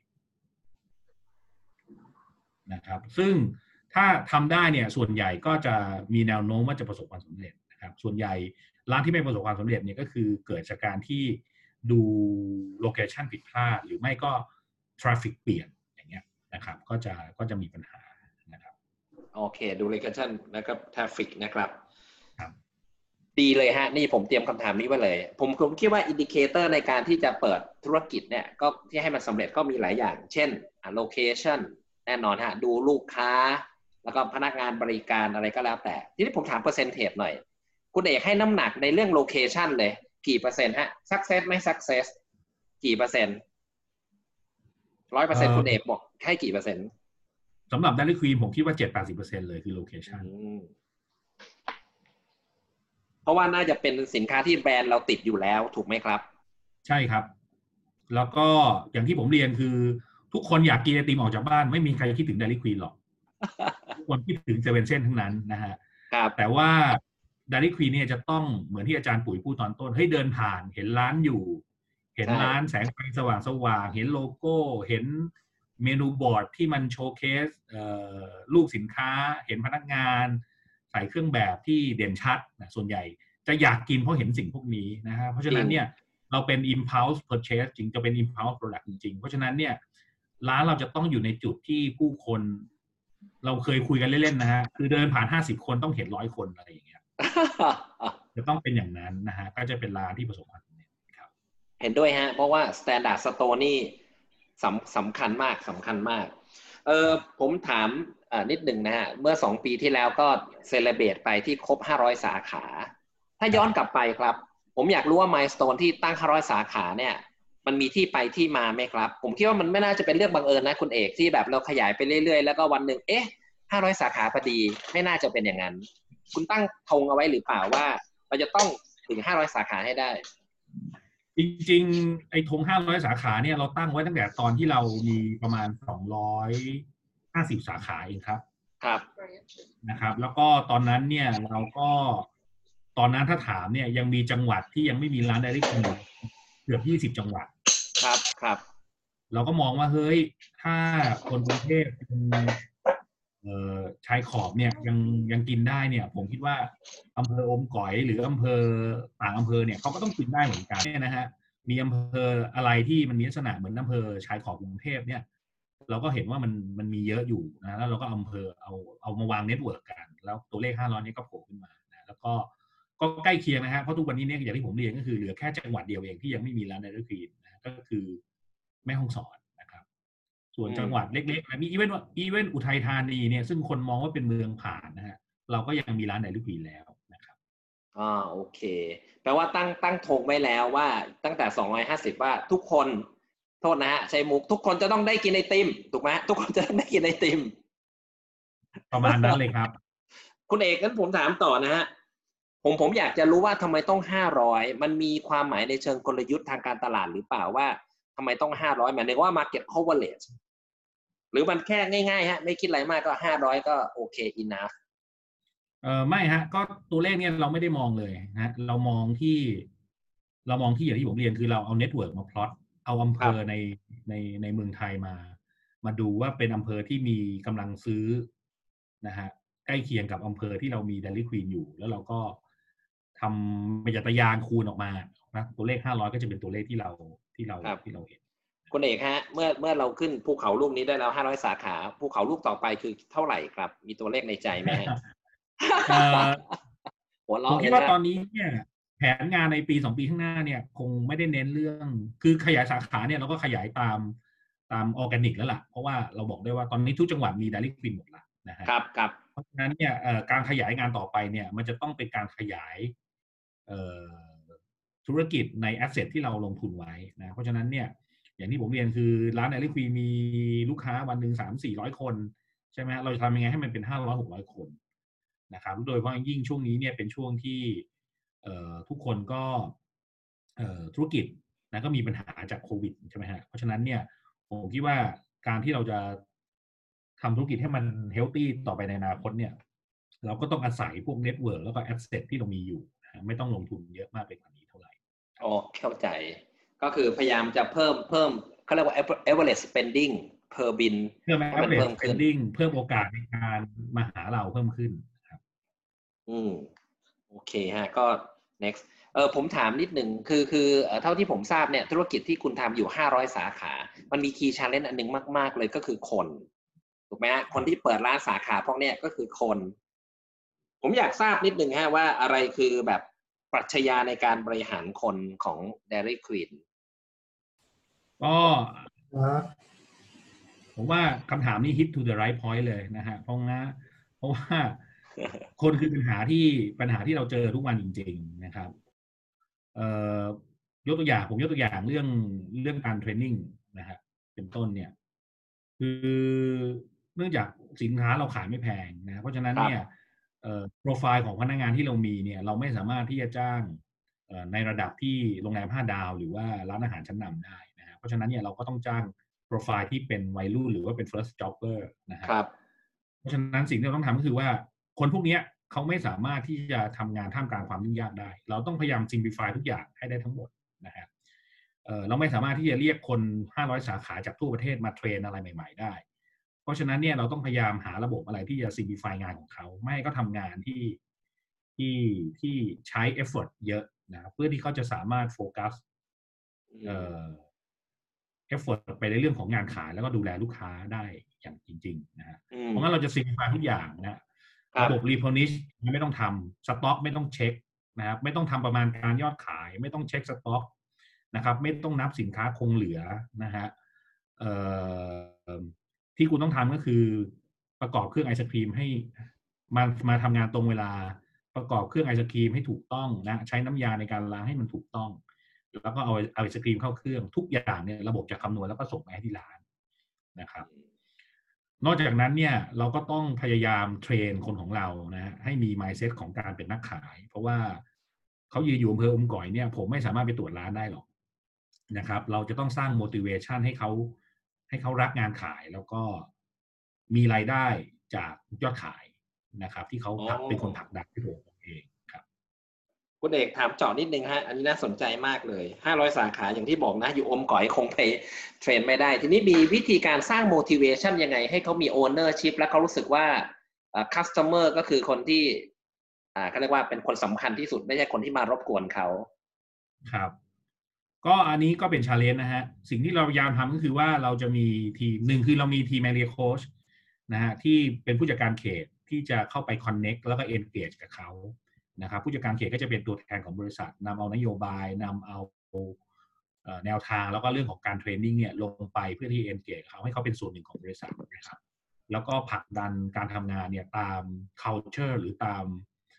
[SPEAKER 2] นะครับซึ่งถ้าทำได้เนี่ยส่วนใหญ่ก็จะมีแนวโน้มว่าจะประสบความสำเร็จนะครับส่วนใหญ่ร้านที่ไม่ประสบความสำเร็จเนี่ยก็คือเกิดจากการที่ดูโลเคชันผิดพลาดหรือไม่ก็ทราฟฟิกเปลี่ยนอย่างเงี้ยนะครับก็จะก็จะมีปัญหานะครับ
[SPEAKER 1] โอเคดูโลเคชันนะครับทราฟฟิกนะครับดีเลยฮะนี่ผมเตรียมคำถามนี้ไว้เลยผมผมคิดว่าอินดิเคเตอร์ในการที่จะเปิดธุรกิจเนี่ยก็ที่ให้มันสำเร็จก็มีหลายอย่างเช่นโลเคชันแน่นอนฮะดูลูกค้าแล้วก็พนักงานบริการอะไรก็แล้วแต่ทีนี้ผมถามเปอร์เซ็นต์เทจหน่อยคุณเอกให้น้ำหนักในเรื่องโลเคชันเลยกี่เปอร์เซ็นต์ฮะ success ไม่ success กี่เปอร์เซ็นต์ร้อยเปอร์เซ็นต์คุณเอกบอกให้กี่เปอร์เซ็นต์
[SPEAKER 2] สำหรับ Dairy Queen ผมคิดว่า เจ็ดถึงแปดสิบเปอร์เซ็นต์ เลยคือโลเคชัน
[SPEAKER 1] เพราะว่าน่าจะเป็นสินค้าที่แบรนด์เราติดอยู่แล้วถูกไหมครับ
[SPEAKER 2] ใช่ครับแล้วก็อย่างที่ผมเรียนคือทุกคนอยากกินไอติมออกจากบ้านไม่มีใครคิดถึง Dairy Queen หรอกทุกคนคิดถึงเซเว่นเซ่นทั้งนั้นนะฮะแต่ว่า Dairy Queen เนี่ยจะต้องเหมือนที่อาจารย์ปุ๋ยพูดตอนต้นเฮ้ยเดินผ่านเห็นร้านอยู่เห็นร้านแสงไฟสว่างสว่างเห็นโลโก้เห็นเมนูบอร์ดที่มันโชว์เคสรูปสินค้าเห็นพนักงานใส่เครื่องแบบที่เด่นชัดนะส่วนใหญ่จะอยากกินเพราะเห็นสิ่งพวกนี้นะฮะเพราะฉะนั้นเนี่ยเราเป็น impulse purchase จริงจะเป็น impulse product จริงๆเพราะฉะนั้นเนี่ยร้านเราจะต้องอยู่ในจุดที่ผู้คนเราเคยคุยกันเล่นๆนะฮะคือเดินผ่านห้าสิบคนต้องเห็นร้อยคนอะไรอย่างเงี้ยจะต้องเป็นอย่างนั้นนะฮะก็จะเป็นร้านที่ประสบความสำเร็จครับ
[SPEAKER 1] เห็นด้วยฮะเพราะว่า standard store นี่สำสำคัญมากสำคัญมากเออผมถามนิดหนึ่งนะฮะเมื่อสองปีที่แล้วก็เซเลเบรตไปที่ครบห้าร้อยสาขาถ้าย้อนกลับไปครับผมอยากรู้ว่า milestone ที่ตั้งห้าร้อยสาขาเนี่ยมันมีที่ไปที่มาไหมครับผมคิดว่ามันไม่น่าจะเป็นเรื่องบังเอิญนะคุณเอกที่แบบเราขยายไปเรื่อยๆแล้วก็วันหนึ่งเอ๊ะห้าร้อยสาขาพอดีไม่น่าจะเป็นอย่างนั้นคุณตั้งธงเอาไว้หรือเปล่าว่าเราจะต้องถึงห้าร้อยสาขาให้ได้
[SPEAKER 2] จริงๆไอ้ธงห้าร้อยสาขาเนี่ยเราตั้งไว้ตั้งแต่ตอนที่เรามีประมาณสองร้อยห้าสิบสาขาเองครับ
[SPEAKER 1] ครับ
[SPEAKER 2] นะครับแล้วก็ตอนนั้นเนี่ยเราก็ตอนนั้นถ้าถามเนี่ยยังมีจังหวัดที่ยังไม่มีร้าน Dairy Queen เกือบยี่สิบจังหวัด
[SPEAKER 1] ครับครับ
[SPEAKER 2] เราก็มองว่าเฮ้ยถ้าคนกรุงเทพเอ่อชายขอบเนี่ยยังยังกินได้เนี่ยผมคิดว่าอำเภออมก๋อยหรืออำเภอต่างอำเภอเนี่ยเขาก็ต้องกินได้เหมือนกันเนี่ยนะฮะมีอำเภออะไรที่มันมีลักษณะเหมือนอำเภอชายขอบกรุงเทพเนี่ยเราก็เห็นว่ามันมันมีเยอะอยู่นะแล้วเราก็อำเภอเอาเอามาวางเน็ตเวิร์กกันแล้วตัวเลขห้าร้อยนี้ก็โผล่ขึ้นมานะแล้วก็ก็ใกล้เคียงนะฮะเพราะทุกวันนี้เนี่ยอย่างที่ผมเรียนก็คือเหลือแค่จังหวัดเดียวเองที่ยังไม่มีร้านไดเรกทรีนะก็คือแม่ฮ่องสอนนะครับส่วนจังหวัดเล็กๆมีอีเวนต์อีเวนต์อุทัยธานีเนี่ยซึ่งคนมองว่าเป็นเมืองผ่านนะฮะเราก็ยังมีร้านไดเรกทรีแล้วนะครับ
[SPEAKER 1] อ่าโอเคแปลว่าตั้งตั้งธงไว้แล้วว่าตั้งแต่สองร้อยห้าสิบว่าทุกคนโทษนะฮะใช้มุกทุกคนจะต้องได้กินไอติมถูกไหมทุกคนจะต้องได้กินไอติม
[SPEAKER 2] ประมาณนั้นเลยครับ
[SPEAKER 1] คุณเอกงั้นผมถามต่อนะฮะผมผมอยากจะรู้ว่าทำไมต้องห้าร้อยมันมีความหมายในเชิงกลยุทธ์ทางการตลาดหรือเปล่าว่าทำไมต้องห้าร้อยหมายถึงว่า market coverage หรือมันแค่ง่ายๆฮะไม่คิดอะไรมากก็ห้าร้อยก็โอเค enough
[SPEAKER 2] เออไม่ฮะก็ตัวเลขเนี่ยเราไม่ได้มองเลยนะเรามองที่เรามองที่อย่างที่ผมเรียนคือเราเอาเน็ตเวิร์กมาพลอตเอาอำเภอในในในเมืองไทยมามาดูว่าเป็นอำเภอที่มีกำลังซื้อนะฮะใกล้เคียงกับอำเภอที่เรามีเดลิควีนอยู่แล้วเราก็ทำมายตยานคูณออกมานะตัวเลขห้าร้อยก็จะเป็นตัวเลขที่เราที่เราที่เราเห็น
[SPEAKER 1] คุณเอกฮะเมื่อเมื่อเราขึ้นภูเขาลูกนี้ได้แล้วห้าร้อยสาขาภูเขาลูกต่อไปคือเท่าไหร่ครับมีตัวเลขในใจไหมฮะหัว
[SPEAKER 2] ผม
[SPEAKER 1] เราะ
[SPEAKER 2] คิดว่าตอนนี้เนี่ยแผนงานในปีสองปีข้างหน้าเนี่ยคงไม่ได้เน้นเรื่องคือขยายสาขาเนี่ยเราก็ขยายตามตามออร์แกนิกแล้วล่ะเพราะว่าเราบอกได้ว่าตอนนี้ทุกจังหวัดมีดาริควินหมดละนะฮะ
[SPEAKER 1] ครับครับ
[SPEAKER 2] เพราะฉะนั้นเนี่ยการขยายงานต่อไปเนี่ยมันจะต้องเป็นการขยายธุรกิจในแอสเซทที่เราลงทุนไว้นะเพราะฉะนั้นเนี่ยอย่างที่ผมเรียนคือร้านดาริควินมีลูกค้าวันหนึ่งสามสี่ร้อยคนใช่ไหมเราจะทำยังไงให้มันเป็นห้าร้อยหกร้อยคนนะครับโดยเฉพาะยิ่งช่วงนี้เนี่ยเป็นช่วงที่ทุกคนก็ธุรกิจนะก็มีปัญหาจากโควิดใช่ไหมฮะเพราะฉะนั้นเนี่ยผมคิดว่าการที่เราจะทำธุรกิจให้มันเฮลตี้ต่อไปในอนาคตเนี่ยเราก็ต้องอาศัยพวกเน็ตเวิร์กแล้วก็แอสเซทที่เรามีอยู่ไม่ต้องลงทุนเยอะมากไปกว่านี้เท่าไหร่
[SPEAKER 1] อ๋อเข้าใจก็คือพยายามจะเพิ่มเพิ่มเขาเรียกว่า average spending per bin
[SPEAKER 2] เพิ่ม average spending เพิ่มโอกาสในการมาหาเราเพิ่มขึ้นครับ
[SPEAKER 1] อืมโอเคฮะก็ next เออผมถามนิดหนึ่งคือคือเท่าที่ผมทราบเนี่ยธุรกิจที่คุณทำอยู่ห้าร้อยสาขามันมี key challenge อันนึงมากๆเลยก็คือคนถูกไหมฮะคนที่เปิดร้านสาขาพวกเนี้ยก็คือคนผมอยากทราบนิดหนึ่งฮะว่าอะไรคือแบบปรัชญาในการบริหารคนของ Dairy Queen
[SPEAKER 2] ก็ผมว่าคำถามนี้ hit to the right point เลยนะฮะเพราะงั้นเพราะว่าคนคือปัญหาที่ปัญหาที่เราเจอทุกวันจริงๆนะครับเอ่อยกตัวอย่างผมยกตัวอย่างเรื่องเรื่องการเทรนนิ่งนะฮะเป็นต้นเนี่ยคือเนื่องจากสินค้าเราขายไม่แพงนะเพราะฉะนั้นเนี่ยโปรไฟล์ของพนักงานที่เรามีเนี่ยเราไม่สามารถที่จะจ้างในระดับที่โรงแรมห้าดาวหรือว่าร้านอาหารชั้นนำได้นะฮะเพราะฉะนั้นเนี่ยเราก็ต้องจ้างโปรไฟล์ที่เป็นวัยรุ่นหรือว่าเป็น first jobber นะครับเพราะฉะนั้นสิ่งที่เราต้องทำก็คือว่าคนพวกนี้เขาไม่สามารถที่จะทำงานท่ามกลางความยุ่งยากได้เราต้องพยายาม simplify ทุกอย่างให้ได้ทั้งหมดนะฮะเราไม่สามารถที่จะเรียกคนห้าร้อยสาขาจากทั่วประเทศมาเทรนอะไรใหม่ๆได้เพราะฉะนั้นเนี่ยเราต้องพยายามหาระบบอะไรที่จะ simplify งานของเขาไม่ให้เขาทำงานที่ที่ที่ใช้ effort เยอะนะเพื่อที่เขาจะสามารถโฟกัสเอ่อ effort ไปในเรื่องของงานขายแล้วก็ดูแลลูกค้าได้อย่างจริงๆนะฮะเพราะงั้นเราจะ simplify ทุกอย่างนะระบบ replenish ไม่ต้องทำสต็อกไม่ต้องเช็คนะครับไม่ต้องทำประมาณการยอดขายไม่ต้องเช็คสต็อกนะครับไม่ต้องนับสินค้าคงเหลือนะฮะที่คุณต้องทำก็คือประกอบเครื่องไอศครีมให้มามาทำงานตรงเวลาประกอบเครื่องไอศครีมให้ถูกต้องนะใช้น้ำยาในการล้างให้มันถูกต้องแล้วก็เอาไอศครีมเข้าเครื่องทุกอย่างเนี่ยระบบจะคำนวณแล้วก็ส่งไปให้ที่ร้านนะครับนอกจากนั้นเนี่ยเราก็ต้องพยายามเทรนคนของเรานะให้มี mindset ของการเป็นนักขายเพราะว่าเขายืนอยู่อำเภออมก๋อยเนี่ยผมไม่สามารถไปตรวจร้านได้หรอกนะครับเราจะต้องสร้าง motivation ให้เขาให้เขารักงานขายแล้วก็มีรายได้จากยอดขายนะครับที่เขาเป็นคนผลักดันที่ตัวเองครับ
[SPEAKER 1] คุณเอกถามเจาะนิดนึงฮะอันนี้น่าสนใจมากเลยห้าร้อยสาขาอย่างที่บอกนะอยู่อมก๋อยคงไปเทรนไม่ได้ทีนี้มีวิธีการสร้าง motivation ยังไงให้เขามี ownership และเขารู้สึกว่า customer ก็คือคนที่อ่าเขาเรียกว่าเป็นคนสำคัญที่สุดไม่ใช่คนที่มารบกวนเขา
[SPEAKER 2] ครับก็อันนี้ก็เป็น challenge นะฮะสิ่งที่เราพยายามทำก็คือว่าเราจะมีทีมหนึ่งคือเรามีทีม area coach นะฮะที่เป็นผู้จัดการเขตที่จะเข้าไป connect แล้วก็ engage กับเขานะครับผู้จัดการเขตก็จะเป็นตัวแทนของบริษัทนำเอานโยบายนำเอาแนวทางแล้วก็เรื่องของการเทรนนิ่งเนี่ยลงไปเพื่อที่ engage เขาให้เขาเป็นส่วนหนึ่งของบริษัทนะครับแล้วก็ผลักดันการทำงานเนี่ยตาม culture หรือตาม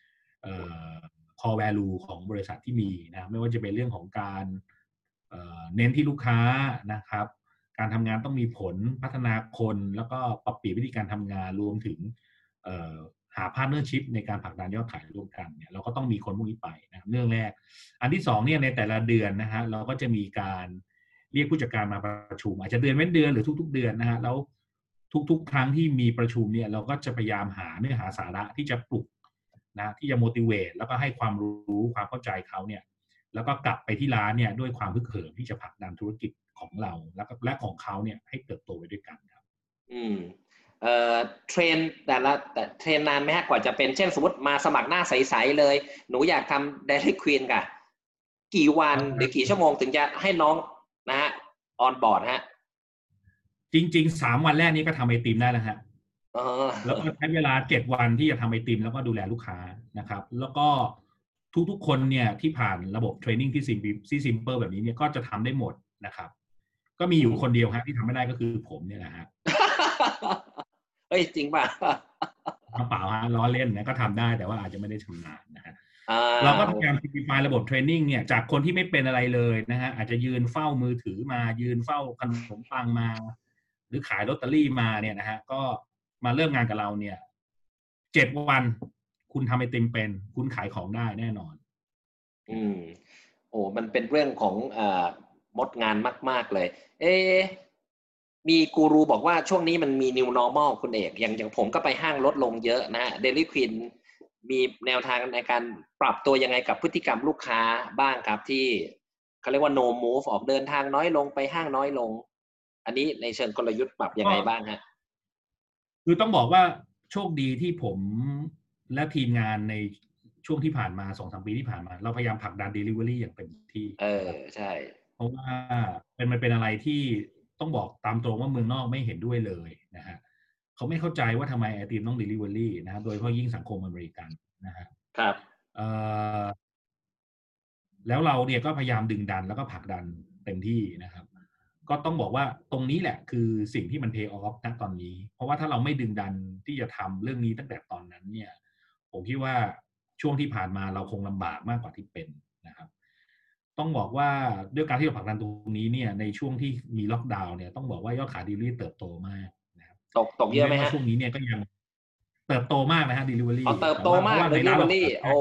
[SPEAKER 2] core value ของบริษัทที่มีนะไม่ว่าจะเป็นเรื่องของการเ, เน้นที่ลูกค้านะครับการทำงานต้องมีผลพัฒนาคนแล้วก็ปรับเปลี่ยนวิธีการทำงานรวมถึงหาพาร์ทเนอร์ชิพในการผลักดันยอดขายร่วมกันเนี่ยเราก็ต้องมีคนพวกนี้ไปนะเรื่องแรกอันที่สองเนี่ยในแต่ละเดือนนะฮะเราก็จะมีการเรียกผู้จัดการมาประชุมอาจจะเดือนเว้นเดือนหรือทุกๆเดือนนะฮะแล้วทุกๆครั้งที่มีประชุมเนี่ยเราก็จะพยายามหาเนื้อหาสาระที่จะปลุกนะที่จะ motivate แล้วก็ให้ความรู้ความเข้าใจเขาเนี่ยแล้วก็กลับไปที่ร้านเนี่ยด้วยความฮึกเหิมที่จะผลักดันธุรกิจของเราแล้วก็และของเขาเนี่ยให้เติบโตไปด้วยกันครับ
[SPEAKER 1] อืมเอ่อเทรนแต่ละแต่เทรนนานไหมฮะกว่าจะเป็นเช่นสมมติมาสมัครหน้าใสๆเลยหนูอยากทำ Dairy Queen กะกี่วันหรือกี่ชั่วโมงถึงจะให้น้องนะฮะออนบอร์ดฮะ
[SPEAKER 2] จริงๆสามวันแรกนี้ก็ทำไอติมได้แล้วฮะแล้วก็ใช้เวลาเจ็ดวันที่จะทำไอติมแล้วก็ดูแลลูกค้านะครับแล้วก็ทุกๆคนเนี่ยที่ผ่านระบบเทรนนิ่งที่ซิมที่ซิมเปิลแบบนี้เนี่ยก็จะทำได้หมดนะครับก็มีอยู่คนเดียวฮะที่ทำไม่ได้ก็คือผมเนี่ยแหละฮะ
[SPEAKER 1] เฮ้ยจริงป่ะ
[SPEAKER 2] เปล่าฮะล้อเล่นนะก็ทำได้แต่ว่าอาจจะไม่ได้ชำนาญนะฮะเราก็พยายามซิมพลิฟายระบบเทรนนิ่งเนี่ยจากคนที่ไม่เป็นอะไรเลยนะฮะอาจจะยืนเฝ้ามือถือมายืนเฝ้าขนมปังมาหรือขายลอตเตอรี่มาเนี่ยนะฮะก็มาเริ่มงานกับเราเนี่ยเจ็ดวันคุณทำไอติมเป็นคุณขายของได้แน่นอน
[SPEAKER 1] อืมโอ้มันเป็นเรื่องของเอ่อมดงานมากๆเลยเอ๊มีกูรูบอกว่าช่วงนี้มันมี new normal คุณเอกอย่างอย่างผมก็ไปห้างลดลงเยอะนะ Dairy Queen มีแนวทางในการปรับตัวยังไงกับพฤติกรรมลูกค้าบ้างครับที่เขาเรียกว่า no move ออกเดินทางน้อยลงไปห้างน้อยลงอันนี้ในเชิงกลยุทธ์ปรับยังไงบ้างฮะ
[SPEAKER 2] คือต้องบอกว่าโชคดีที่ผมและทีมงานในช่วงที่ผ่านมา สองถึงสาม ปีที่ผ่านมาเราพยายามผลักดัน delivery อย่างเต็มที่
[SPEAKER 1] เออใช่
[SPEAKER 2] เพราะว่าเป็นมันเป็นอะไรที่ต้องบอกตามตรงว่าเมืองนอกไม่เห็นด้วยเลยนะฮะเขาไม่เข้าใจว่าทำไมไอติมต้อง delivery นะโดยเฉพาะยิ่งสังคมอเมริกันนะฮะ
[SPEAKER 1] ครับ
[SPEAKER 2] เอ่อแล้วเราเนี่ยก็พยายามดึงดันแล้วก็ผลักดันเต็มที่นะครับก็ต้องบอกว่าตรงนี้แหละคือสิ่งที่มัน pay off ณตอนนี้เพราะว่าถ้าเราไม่ดึงดันที่จะทำเรื่องนี้ตั้งแต่ตอนนั้นเนี่ยผมคิดว่าช่วงที่ผ่านมาเราคงลำบากมากกว่าที่เป็นนะครับต้องบอกว่าด้วยการที่เราผลักดันตรงนี้เนี่ยในช่วงที่มีล็อกดาวน์เนี่ยต้องบอกว่ายอดขายดีลิเวอรี่เติบโตมากนะครับ
[SPEAKER 1] ตกตกเยอะไหมฮะ
[SPEAKER 2] ช่วงนี้เนี่ยก็ยังเติบโตมากนะฮะ delivery
[SPEAKER 1] อ๋อเติบโตมาก delivery โอ้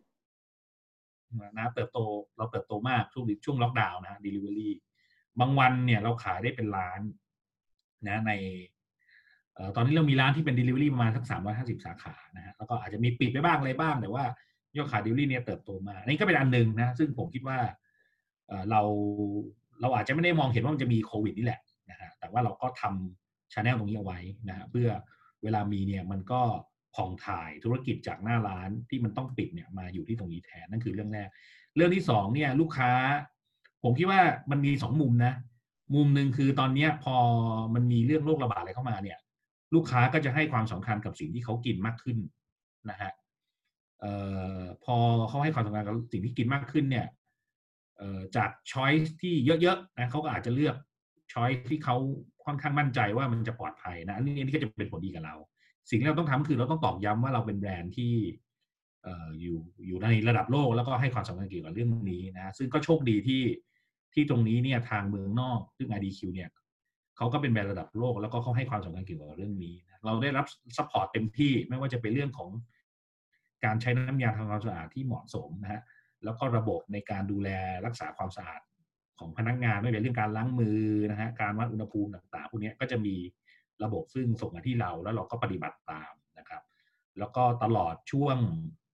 [SPEAKER 2] นะเติบโตเราเติบโตมากช่วงช่วงล็อกดาวน์นะฮะ delivery บางวันเนี่ยเราขายได้เป็นล้านนะในตอนนี้เรามีร้านที่เป็น delivery ประมาณสักสามร้อยห้าสิบสาขานะฮะแล้วก็อาจจะมีปิดไปบ้างอะไรบ้างแต่ว่ายอดขาย delivery เนี่ยเติบโตมากนี่ก็เป็นอันนึงนะซึ่งผมคิดว่าเราเราอาจจะไม่ได้มองเห็นว่ามันจะมีโควิดนี่แหละนะฮะแต่ว่าเราก็ทำ channel ตรงนี้เอาไว้นะฮะเพื่อเวลามีเนี่ยมันก็ผ่องถ่ายธุรกิจจากหน้าร้านที่มันต้องปิดเนี่ยมาอยู่ที่ตรงนี้แทนนั่นคือเรื่องแรกเรื่องที่สองเนี่ยลูกค้าผมคิดว่ามันมีสองมุมนะมุมหนึ่งคือตอนนี้พอมันมีเรื่องโรคระบาดอะไรเข้ามาเนี่ยลูกค้าก็จะให้ความสำคัญกับสิ่งที่เขากินมากขึ้นนะฮะเอ่อพอเขาให้ความสำคัญกับสิ่งที่กินมากขึ้นเนี่ยเอ่อจากช้อยส์ที่เยอะๆนะเขาก็อาจจะเลือกช้อยส์ที่เขาค่อนข้างมั่นใจว่ามันจะปลอดภัยนะอันนี้นี่ก็จะเป็นผลดีกับเราสิ่งที่เราต้องทำคือเราต้องตอกย้ำว่าเราเป็นแบรนด์ที่เอ่ออยู่อยู่ในระดับโลกแล้วก็ให้ความสำคัญเกี่ยวกับเรื่องนี้นะซึ่งก็โชคดีที่ที่ตรงนี้เนี่ยทางเมืองนอกซึ่ง อาร์ ดี คิว เนี่ยเขาก็เป็นแบรนด์ระดับโลกแล้วก็เขาให้ความสำคัญเกี่ยวกับเรื่องนี้เราได้รับซัพพอร์ตเต็มที่ไม่ว่าจะเป็นเรื่องของการใช้น้ำยาทำความสะอาดที่เหมาะสมนะฮะแล้วก็ระบบในการดูแลรักษาความสะอาดของพนักงานไม่ว่าเรื่องการล้างมือนะฮะการวัดอุณหภูมิต่างๆพวกนี้ก็จะมีระบบซึ่งส่งมาที่เราแล้วเราก็ปฏิบัติตามนะครับแล้วก็ตลอดช่วง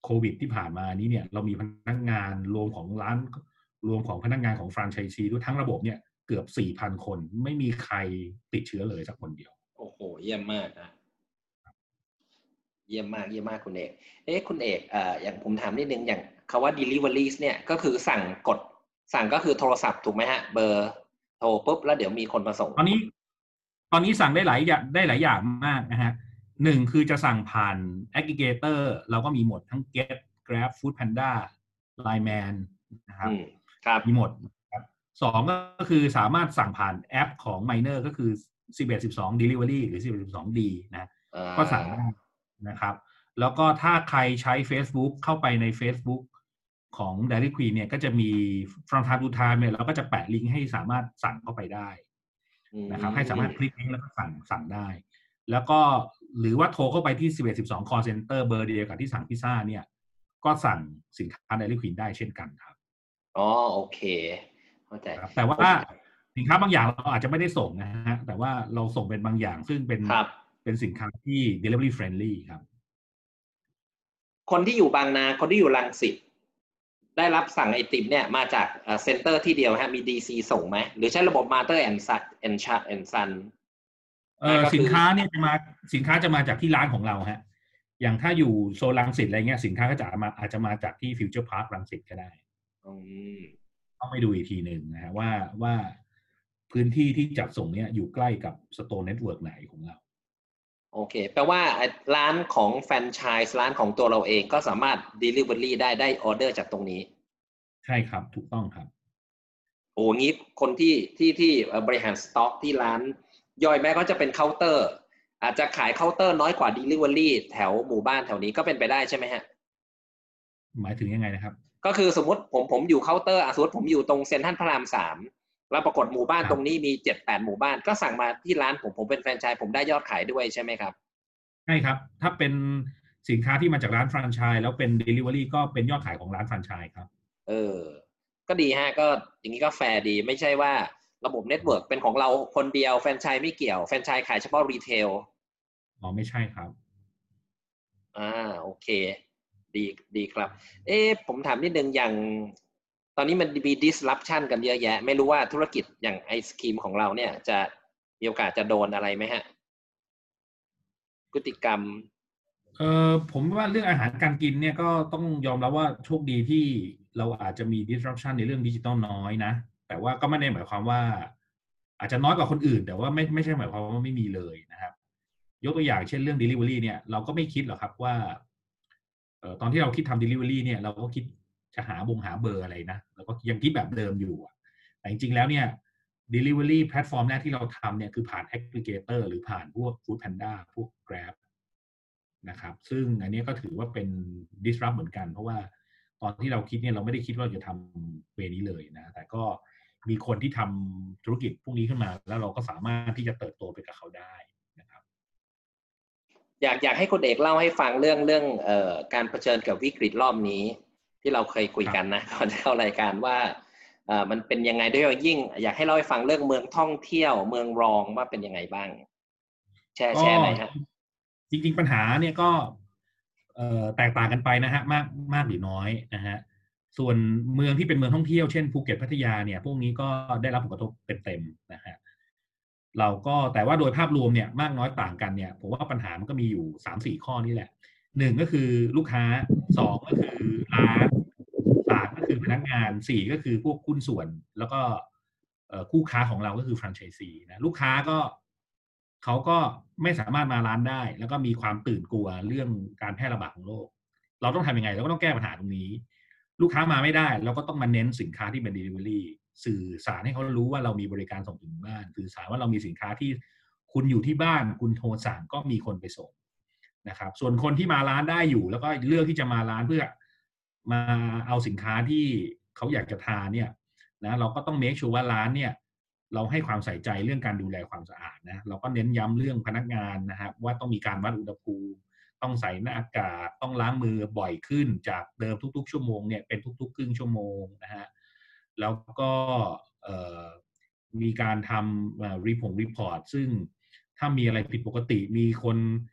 [SPEAKER 2] โควิดที่ผ่านมานี้เนี่ยเรามีพนักงานรวมของร้านรวมของพนักงานของแฟรนไชส์ซีด้วยทั้งระบบเนี่ยเกือบ สี่พัน คนไม่มีใครติดเชื้อเลยสักคนเดียว
[SPEAKER 1] โอ้โหเยี่ยมมากนะเยี่ยมมากเยี่ยมมากคุณเอกเอ๊ะคุณเอกเอ่ออย่างผมถามนิดนึงอย่างคำว่า deliveries เนี่ยก็คือสั่งกดสั่งก็คือโทรศัพท์ถูกไหมฮะเบอร์โทรปุ๊บแล้วเดี๋ยวมีคนมาส่ง
[SPEAKER 2] ตอนนี้ตอนนี้สั่งได้หลายอย่างได้หลายอย่างมากนะฮะหนึ่งคือจะสั่งผ่าน aggregator เราก็มีหมดทั้ง Get Grab Food Panda Line Man นะครับมีหมดครับสองก็คือสามารถสั่งผ่านแอปของ Miner ก็คือสิบเอ็ด สิบสอง Delivery หรือสิบเอ็ด สิบสอง ดี นะก็สั่งได้นะครับแล้วก็ถ้าใครใช้ Facebook เข้าไปใน Facebook ของ Dairy Queen เนี่ยก็จะมี from time to time เนี่ยเราก็จะแปะลิงก์ให้สามารถสั่งเข้าไปได้นะครับให้สามารถคลิกลิงก์แล้วก็สั่งสั่งได้แล้วก็หรือว่าโทรเข้าไปที่สิบเอ็ด สิบสอง call center เบอร์เดียวกับที่สั่งพิซซ่าเนี่ยก็สั่งสินค้า Dairy Queen ได้เช่นกันครับ
[SPEAKER 1] อ๋อโอเคเข้าใจ
[SPEAKER 2] แต่ว่าสินค้าบางอย่างเราอาจจะไม่ได้ส่งนะฮะแต่ว่าเราส่งเป็นบางอย่างซึ่งเป็นเป็นสินค้าที่ delivery friendly ครับ
[SPEAKER 1] คนที่อยู่บางนาคนที่อยู่รังสิตได้รับสั่งไอติมเนี่ยมาจากเซ็นเตอร์ที่เดียวฮะมี ดี ซี ส่งไหมหรือใช้ระบบ Mother and Son and Son and Son
[SPEAKER 2] เออสินค้าเนี่ยจะมาสินค้าจะมาจากที่ร้านของเราฮะอย่างถ้าอยู่โซนรังสิตอะไรเงี้ยสินค้าก็จะมาอาจจะมาจากที่ฟิวเจอร์พาร์ครังสิตก็ได้ต้องไปดูอีกทีหนึ่งนะฮะว่าว่าพื้นที่ที่จัดส่งเนี่ยอยู่ใกล้กับสโตร์เน็ตเวิร์กไหนของเรา
[SPEAKER 1] โอเคแปลว่าร้านของแฟรนไชส์ร้านของตัวเราเองก็สามารถ delivery ได้ได้ออเดอร์จากตรงนี้
[SPEAKER 2] ใช่ครับถูกต้องครับ
[SPEAKER 1] โอ้งี้คนที่ที่ที่บริหารสต็อกที่ร้านย่อยแม้ก็จะเป็นเคาน์เตอร์อาจจะขายเคาน์เตอร์น้อยกว่า delivery แถวหมู่บ้านแถวนี้ก็เป็นไปได้ใช่ไหมฮะ
[SPEAKER 2] หมายถึงยังไงนะครับ
[SPEAKER 1] ก็คือสมมติผมผมอยู่เคาน์เตอร์สมมติผมอยู่ตรงเซ็นทรัลพระรามสามแล้วปรากฏหมู่บ้านตรงนี้มี เจ็ดแปด หมู่บ้านก็สั่งมาที่ร้านผมผมเป็นแฟรนไชส์ผมได้ยอดขายด้วยใช่ไหมครับ
[SPEAKER 2] ใช่ครับถ้าเป็นสินค้าที่มาจากร้านแฟรนไชส์แล้วเป็น delivery ก็เป็นยอดขายของร้านแฟรนไชส์ครับ
[SPEAKER 1] เออก็ดีฮะก็อย่างนี้ก็แฟร์ดีไม่ใช่ว่าระบบเน็ตเวิร์กเป็นของเราคนเดียวแฟรนไชส์ไม่เกี่ยวแฟรนไชส์ขายเฉพาะรีเทล
[SPEAKER 2] อ๋อไม่ใช่ครับ
[SPEAKER 1] อ่าโอเคดีดีครับเอ๊ะผมถามนิดนึงอย่างตอนนี้มันมี disruption กันเยอะแยะไม่รู้ว่าธุรกิจอย่างไอศครีมของเราเนี่ยจะมีโอกาสจะโดนอะไรไหมฮะพฤติกรรม
[SPEAKER 2] เออผมว่าเรื่องอาหารการกินเนี่ยก็ต้องยอมรับว่าโชคดีที่เราอาจจะมี disruption ในเรื่องดิจิตอลน้อยนะแต่ว่าก็ไม่ได้หมายความว่าอาจจะน้อยกว่าคนอื่นแต่ว่าไม่ไม่ใช่หมายความว่าไม่มีเลยนะครับยกตัวอย่างเช่นเรื่อง delivery เนี่ยเราก็ไม่คิดหรอกครับว่าเอ่อตอนที่เราคิดทำ delivery เนี่ยเราก็คิดจะหาบงหาเบอร์อะไรนะเราก็ยังคิดแบบเดิมอยู่แต่จริงๆแล้วเนี่ย delivery แพลตฟอร์มแรกที่เราทำเนี่ยคือผ่าน aggregator หรือผ่านพวก Food Panda พวก Grabนะครับซึ่งอันนี้ก็ถือว่าเป็น disrupt เหมือนกันเพราะว่าตอนที่เราคิดเนี่ยเราไม่ได้คิดว่าจะทำเวนี้เลยนะแต่ก็มีคนที่ทำธุรกิจพวกนี้ขึ้นมาแล้วเราก็สามารถที่จะเติบโตไปกับเขาได้นะครับ
[SPEAKER 1] อยากอยากให้คุณเอกเล่าให้ฟังเรื่องเรื่องเอ่อการเผชิญกับวิกฤตรอบนี้ที่เราเคยคุยกันนะก่อนจะเข้ารายการว่าเอ่อมันเป็นยังไงด้วยยิ่งอยากให้เล่าให้ฟังเรื่องเมืองท่องเที่ยวเมืองรองว่าเป็นยังไงบ้างแชร์แชร์หน่อยฮะ
[SPEAKER 2] จริงๆปัญหาเนี่ยก็แตกต่างกันไปนะฮะมากมากหรือน้อยนะฮะส่วนเมืองที่เป็นเมืองท่องเที่ยวเช่นภูเก็ตพัทยาเนี่ยพวกนี้ก็ได้รับผลกระทบเต็มๆนะฮะเราก็แต่ว่าโดยภาพรวมเนี่ยมากน้อยต่างกันเนี่ยผมว่าปัญหามันก็มีอยู่ สามสี่ ข้อนี่แหละหนึ่งก็คือลูกค้าสองก็คือร้านสามก็คือพนักงานสี่ก็คือพวกหุ้นส่วนแล้วก็คู่ค้าของเราก็คือแฟรนไชส์ซีนะลูกค้าก็เขาก็ไม่สามารถมาร้านได้แล้วก็มีความตื่นกลัวเรื่องการแพร่ระบาดของโรคเราต้องทำยังไงเราก็ต้องแก้ปัญหาตรงนี้ลูกค้ามาไม่ได้เราก็ต้องมาเน้นสินค้าที่เป็น delivery สื่อสารให้เขารู้ว่าเรามีบริการส่งถึงบ้านสื่อสารว่าเรามีสินค้าที่คุณอยู่ที่บ้านคุณโทรสั่งก็มีคนไปส่งนะครับส่วนคนที่มาร้านได้อยู่แล้วก็เลือกที่จะมาร้านเพื่อมาเอาสินค้าที่เขาอยากจะทานเนี่ยนะเราก็ต้องเมคชัวร์ว่าร้านเนี่ยเราให้ความใส่ใจเรื่องการดูแลความสะอาดนะเราก็เน้นย้ำเรื่องพนักงานนะครับว่าต้องมีการวัดอุณหภูมิต้องใส่หน้ากากต้องล้างมือบ่อยขึ้นจากเดิมทุกๆชั่วโมงเนี่ยเป็นทุกๆครึ่งชั่วโมงนะฮะแล้วก็มีการทำรีพงรีพอร์ตซึ่งถ้ามีอะไรผิดปกติมีคน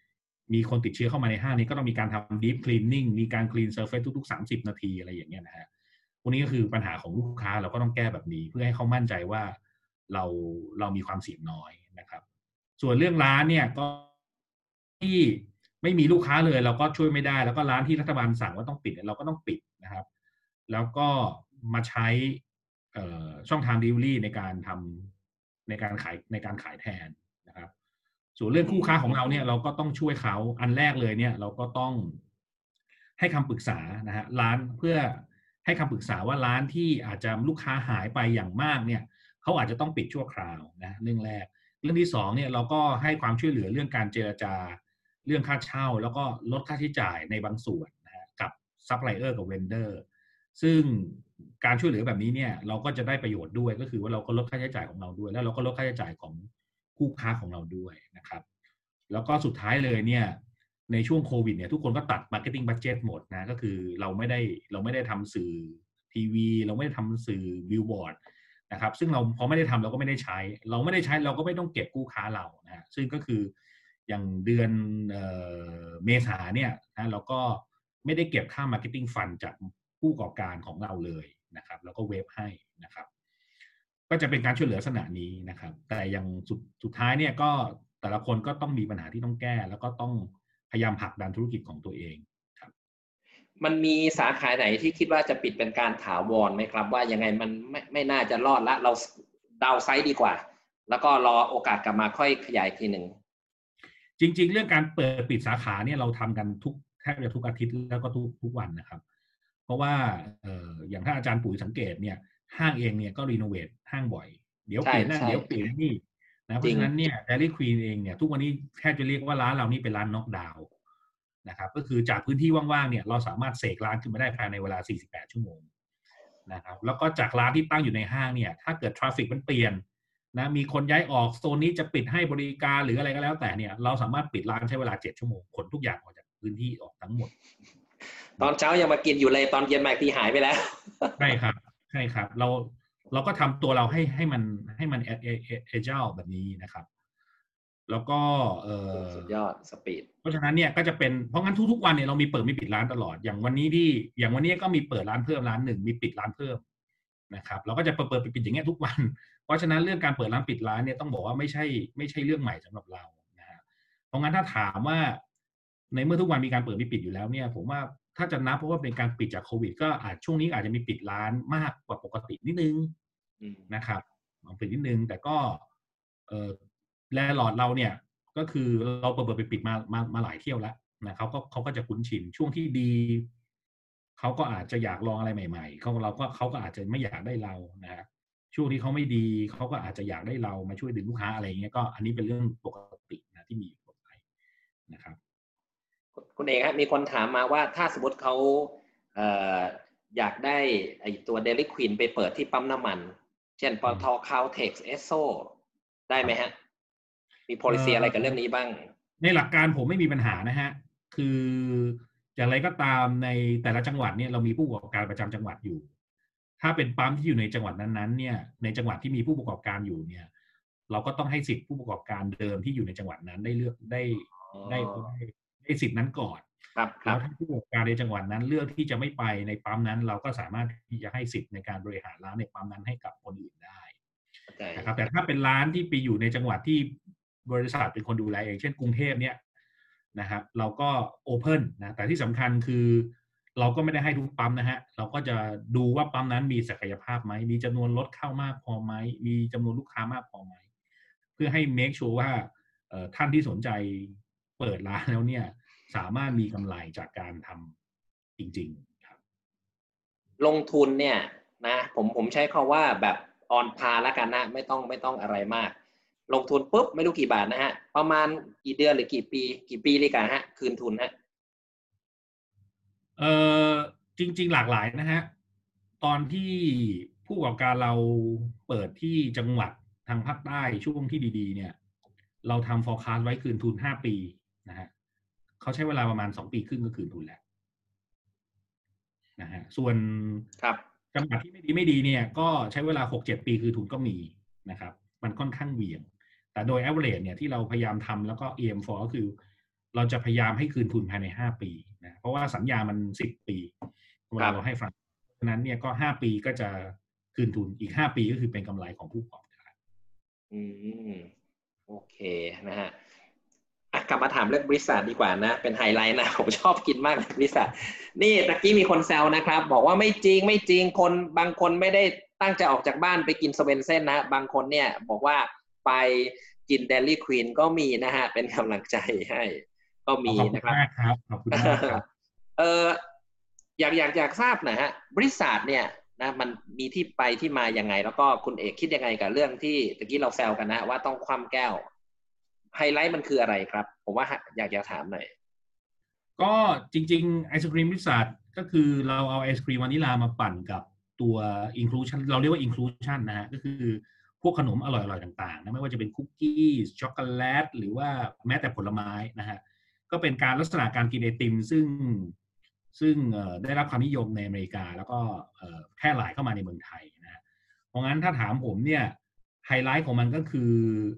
[SPEAKER 2] มีคนติดเชื้อเข้ามาในห้างนี้ก็ต้องมีการทำ deep cleaning มีการ clean surface ทุกๆสามสิบนาทีอะไรอย่างเงี้ยนะฮะพวกนี้ก็คือปัญหาของลูกค้าเราก็ต้องแก้แบบนี้เพื่อให้เขามั่นใจว่าเราเรามีความเสี่ยงน้อยนะครับส่วนเรื่องร้านเนี่ยก็ที่ไม่มีลูกค้าเลยเราก็ช่วยไม่ได้แล้วก็ร้านที่รัฐบาลสั่งว่าต้องปิดเราก็ต้องปิดนะครับแล้วก็มาใช้ช่องทาง delivery ในการทำในการขายในการขายแทนนะครับส่วนเรื่องคู่ค้าของเราเนี่ยเราก็ต้องช่วยเขาอันแรกเลยเนี่ยเราก็ต้องให้คำปรึกษานะฮะร้านเพื่อให้คำปรึกษาว่าร้านที่อาจจะลูกค้าหายไปอย่างมากเนี่ยเขาอาจจะต้องปิดชั่วคราวนะเรื่องแรกเรื่องที่สองเนี่ยเราก็ให้ความช่วยเหลือเรื่องการเจรจาเรื่องค่าเช่าแล้วก็ลดค่าใช้จ่ายในบางส่วนนะฮะกับซัพพลายเออร์กับเวนเดอร์ซึ่งการช่วยเหลือแบบนี้เนี่ยเราก็จะได้ประโยชน์ด้วยก็คือว่าเราก็ลดค่าใช้จ่ายของเราด้วยแล้วเราก็ลดค่าใช้จ่ายของคู่ค้าของเราด้วยนะครับแล้วก็สุดท้ายเลยเนี่ยในช่วงโควิดเนี่ยทุกคนก็ตัด marketing budget หมดนะก็คือเราไม่ได้เราไม่ได้ทำสื่อทีวีเราไม่ได้ทำสื่อบิลบอร์ดนะครับซึ่งเราพอไม่ได้ทำเราก็ไม่ได้ใช้เราไม่ได้ใช้เราก็ไม่ต้องเก็บคู่ค้าเรานะซึ่งก็คืออย่างเดือนเอ่อเมษาเนี่ยนะเราก็ไม่ได้เก็บค่า marketing fund จากผู้ประกอบการของเราเลยนะครับแล้วก็เวฟให้นะครับก็จะเป็นการช่วยเหลือลักษณะนี้นะครับแต่อย่างสุดสุดท้ายเนี่ยก็แต่ละคนก็ต้องมีปัญหาที่ต้องแก้แล้วก็ต้องพยายามผลักดันธุรกิจของตัวเองครับ
[SPEAKER 1] มันมีสาขาไหนที่คิดว่าจะปิดเป็นการถาวรไหมครับว่ายังไงมันไม่ไม่น่าจะรอดละเราดาวไซด์ดีกว่าแล้วก็รอโอกาสกลับมาค่อยขยายทีหนึ่ง
[SPEAKER 2] จริงๆเรื่องการเปิดปิดสาขาเนี่ยเราทำกันทุกแทบจะทุกอาทิตย์แล้วก็ทุกทุกวันนะครับเพราะว่าเอ่ออย่างถ้าอาจารย์ปุ๋ยสังเกตเนี่ยห้างเองเนี่ยก็รีโนเวทห้างบ่อยเดี๋ยวเปลี่ยนนั่นเดี๋ยวเปลี่ยนนี่นะเพราะฉะนั้นเนี่ย Dairy Queen เองเนี่ยทุกวันนี้แทบจะเรียกว่าร้านเรานี่เป็นร้านน็อกดาวน์นะครับก็คือจากพื้นที่ว่างๆเนี่ยเราสามารถเสกร้านขึ้นมาได้ภายในเวลาสี่สิบแปดชั่วโมงนะครับแล้วก็จากร้านที่ตั้งอยู่ในห้างเนี่ยถ้าเกิดทราฟฟิกมันเปลี่ยนนะมีคนย้ายออกโซนนี้จะปิดให้บริการหรืออะไรก็แล้วแต่เนี่ยเราสามารถปิดร้านใช้เวลาเจ็ดชั่วโมงขนทุกอย่างออกจากพื้นที่ออกทั้งหมด
[SPEAKER 1] ตอนเช้ายังมากินอยู่เลยตอนเย็นมาทีหายไปแล้ว
[SPEAKER 2] ใช่ครับใช่ครับเราเราก็ทำตัวเราให้ให้มันให้มันเอเอเอเอเจลแบบนี้นะครับแล้วก็เออ
[SPEAKER 1] สุดยอดสปีด
[SPEAKER 2] เพราะฉะนั้นเนี่ยก็จะเป็นเพราะงั้นทุกๆวันเนี่ยเรามีเปิดมีปิดร้านตลอดอย่างวันนี้ที่อย่างวันนี้ก็มีเปิดร้านเพิ่มร้านหนึ่งมีปิดร้านเพิ่มนะครับเราก็จะเปิดเปิดปิดอย่างเงี้ยทุกวันเพราะฉะนั้นเรื่องการเปิดร้านปิดร้านเนี่ยต้องบอกว่าไม่ใช่ไม่ใช่เรื่องใหม่สำหรับเรานะฮะเพราะงั้นถ้าถามว่าในเมื่อทุกวันมีการเปิดมีปิดอยู่แล้วเนี่ยผมว่าถ้าจะนับเพราะว่าเป็นการปิดจากโควิดก็อาจช่วงนี้อาจจะมีปิดร้านมากกว่าปกตินิดนึงนะครับปิดนิดนึงแต่ก็เออแลนด์ลอร์ดเราเนี่ยก็คือเราเปิดเปิดปิดมามามาหลายเที่ยวแล้วนะเขาก็เขาก็จะคุ้นชินช่วงที่ดีเขาก็อาจจะอยากลองอะไรใหม่ๆเขาเราก็เขาก็อาจจะไม่อยากได้เรานะฮะช่วงที่เขาไม่ดีเขาก็อาจจะอยากได้เรามาช่วยดึงลูกค้าอะไรอย่างเงี้ยก็อันนี้เป็นเรื่องปกตินะที่มีอยู่ไปนะครับ
[SPEAKER 1] คุณเอกครับมีคนถามมาว่าถ้าสมมติเขาเอ่ออยากได้ไอตัว Dairy Queen ไปเปิดที่ปั๊มน้ำมันเช่นปตท Caltex Esso ได้ไหมฮะมี policy อะไรกับเรื่องนี้บ้าง
[SPEAKER 2] ในหลักการผมไม่มีปัญหานะฮะคืออย่างไรก็ตามในแต่ละจังหวัดเนี่ยเรามีผู้ประกอบการประจำจังหวัดอยู่ถ้าเป็นปั๊มที่อยู่ในจังหวัดนั้นๆเนี่ยในจังหวัดที่มีผู้ประกอบการอยู่เนี่ยเราก็ต้องให้สิทธิผู้ประกอบการเดิมที่อยู่ในจังหวัดนั้นได้เลือกได้ได้ได้ได้สิทธินั้นก่อนแล้วถ้าผู้ประกอบการในจังหวัดนั้นเลือกที่จะไม่ไปในปั๊มนั้นเราก็สามารถที่จะให้สิทธิ์ในการบริหารร้านในปั๊มนั้นให้กับคนอื่นได้นะครับแต่ถ้าเป็นร้านที่ไปอยู่ในจังหวัดที่บริษัทเป็นคนดูแลเองเช่นกรุงเทพเนี่ยนะครับเราก็โอเพ่นนะแต่ที่สำคัญคือเราก็ไม่ได้ให้ทุกปั๊มนะฮะเราก็จะดูว่าปั๊มนั้นมีศักยภาพไหมมีจำนวนรถเข้ามากพอไหมมีจำนวนลูกค้ามากพอไหมเพื่อให้ make sure ว่าท่านที่สนใจเปิดร้านแล้วเนี่ยสามารถมีกำไรจากการทำจริงๆครับ
[SPEAKER 1] ลงทุนเนี่ยนะผมผมใช้คำว่าแบบออนพาแล้วกันนะไม่ต้องไม่ต้องอะไรมากลงทุนปุ๊บไม่รู้กี่บาทนะฮะประมาณกี่เดือนหรือกี่ปีกี่ปีเลยกันฮะคืนทุนฮะ
[SPEAKER 2] เออจริงๆหลากหลายนะฮะตอนที่ผู้ประกอบการเราเปิดที่จังหวัดทางภาคใต้ช่วงที่ดีๆเนี่ยเราทำ forecast ไว้คืนทุนห้าปีนะฮะเขาใช้เวลาประมาณสองปีครึ่งก็คืนทุนแล้วนะฮะส่วนจังหวัดที่ไม่ดีไม่ดีเนี่ยก็ใช้เวลา หกเจ็ด ปีคือทุนก็มีนะครับมันค่อนข้างเหวี่ยงแต่โดย average เนี่ยที่เราพยายามทำแล้วก็ เอ เอ็ม โฟร์ ก็คือเราจะพยายามให้คืนทุนภายในห้าปีนะเพราะว่าสัญญามันสิบปีเวลาเราให้ฟังฉะนั้นเนี่ยก็ห้าปีก็จะคืนทุนอีกห้าปีก็คือเป็นกำไรของผู้ประกอบการ
[SPEAKER 1] อืมโอเคนะฮะกลับมาถามเรื่องบริษัทดีกว่านะเป็นไฮไลท์นะผมชอบกินมากบริษัทนี่ตะกี้มีคนแซวนะครับบอกว่าไม่จริงไม่จริงคนบางคนไม่ได้ตั้งใจออกจากบ้านไปกินสเวนเซ่นนะบางคนเนี่ยบอกว่าไปกินเดลี่ควีนก็มีนะฮะเป็นกำลังใจให้ก็มีนะครับ
[SPEAKER 2] ขอบคุณมากครับ
[SPEAKER 1] เอออยากอยากอยากทราบหน่อยฮะบริษัทเนี่ยนะมันมีที่ไปที่มายังไงแล้วก็คุณเอกคิดยังไงกับเรื่องที่ตะกี้เราแซวกันนะว่าต้องคว่ำแก้วไฮไลท์มันคืออะไรครับผมว่าอยากจะถามหน่อย
[SPEAKER 2] ก็จริงๆไอศครีมบริษัทก็คือเราเอาไอศครีมวานิลามาปั่นกับตัว inclusion เราเรียกว่า inclusion นะฮะก็คือพวกขนมอร่อยๆต่างๆนะไม่ว่าจะเป็นคุกกี้ช็อกโกแลตหรือว่าแม้แต่ผลไม้นะฮะก็เป็นการลักษณะการกินไอติมซึ่งซึ่งได้รับความนิยมในอเมริกาแล้วก็แพร่หลายเข้ามาในเมืองไทยนะเพราะงั้นถ้าถามผมเนี่ยไฮไลท์ของมันก็คือ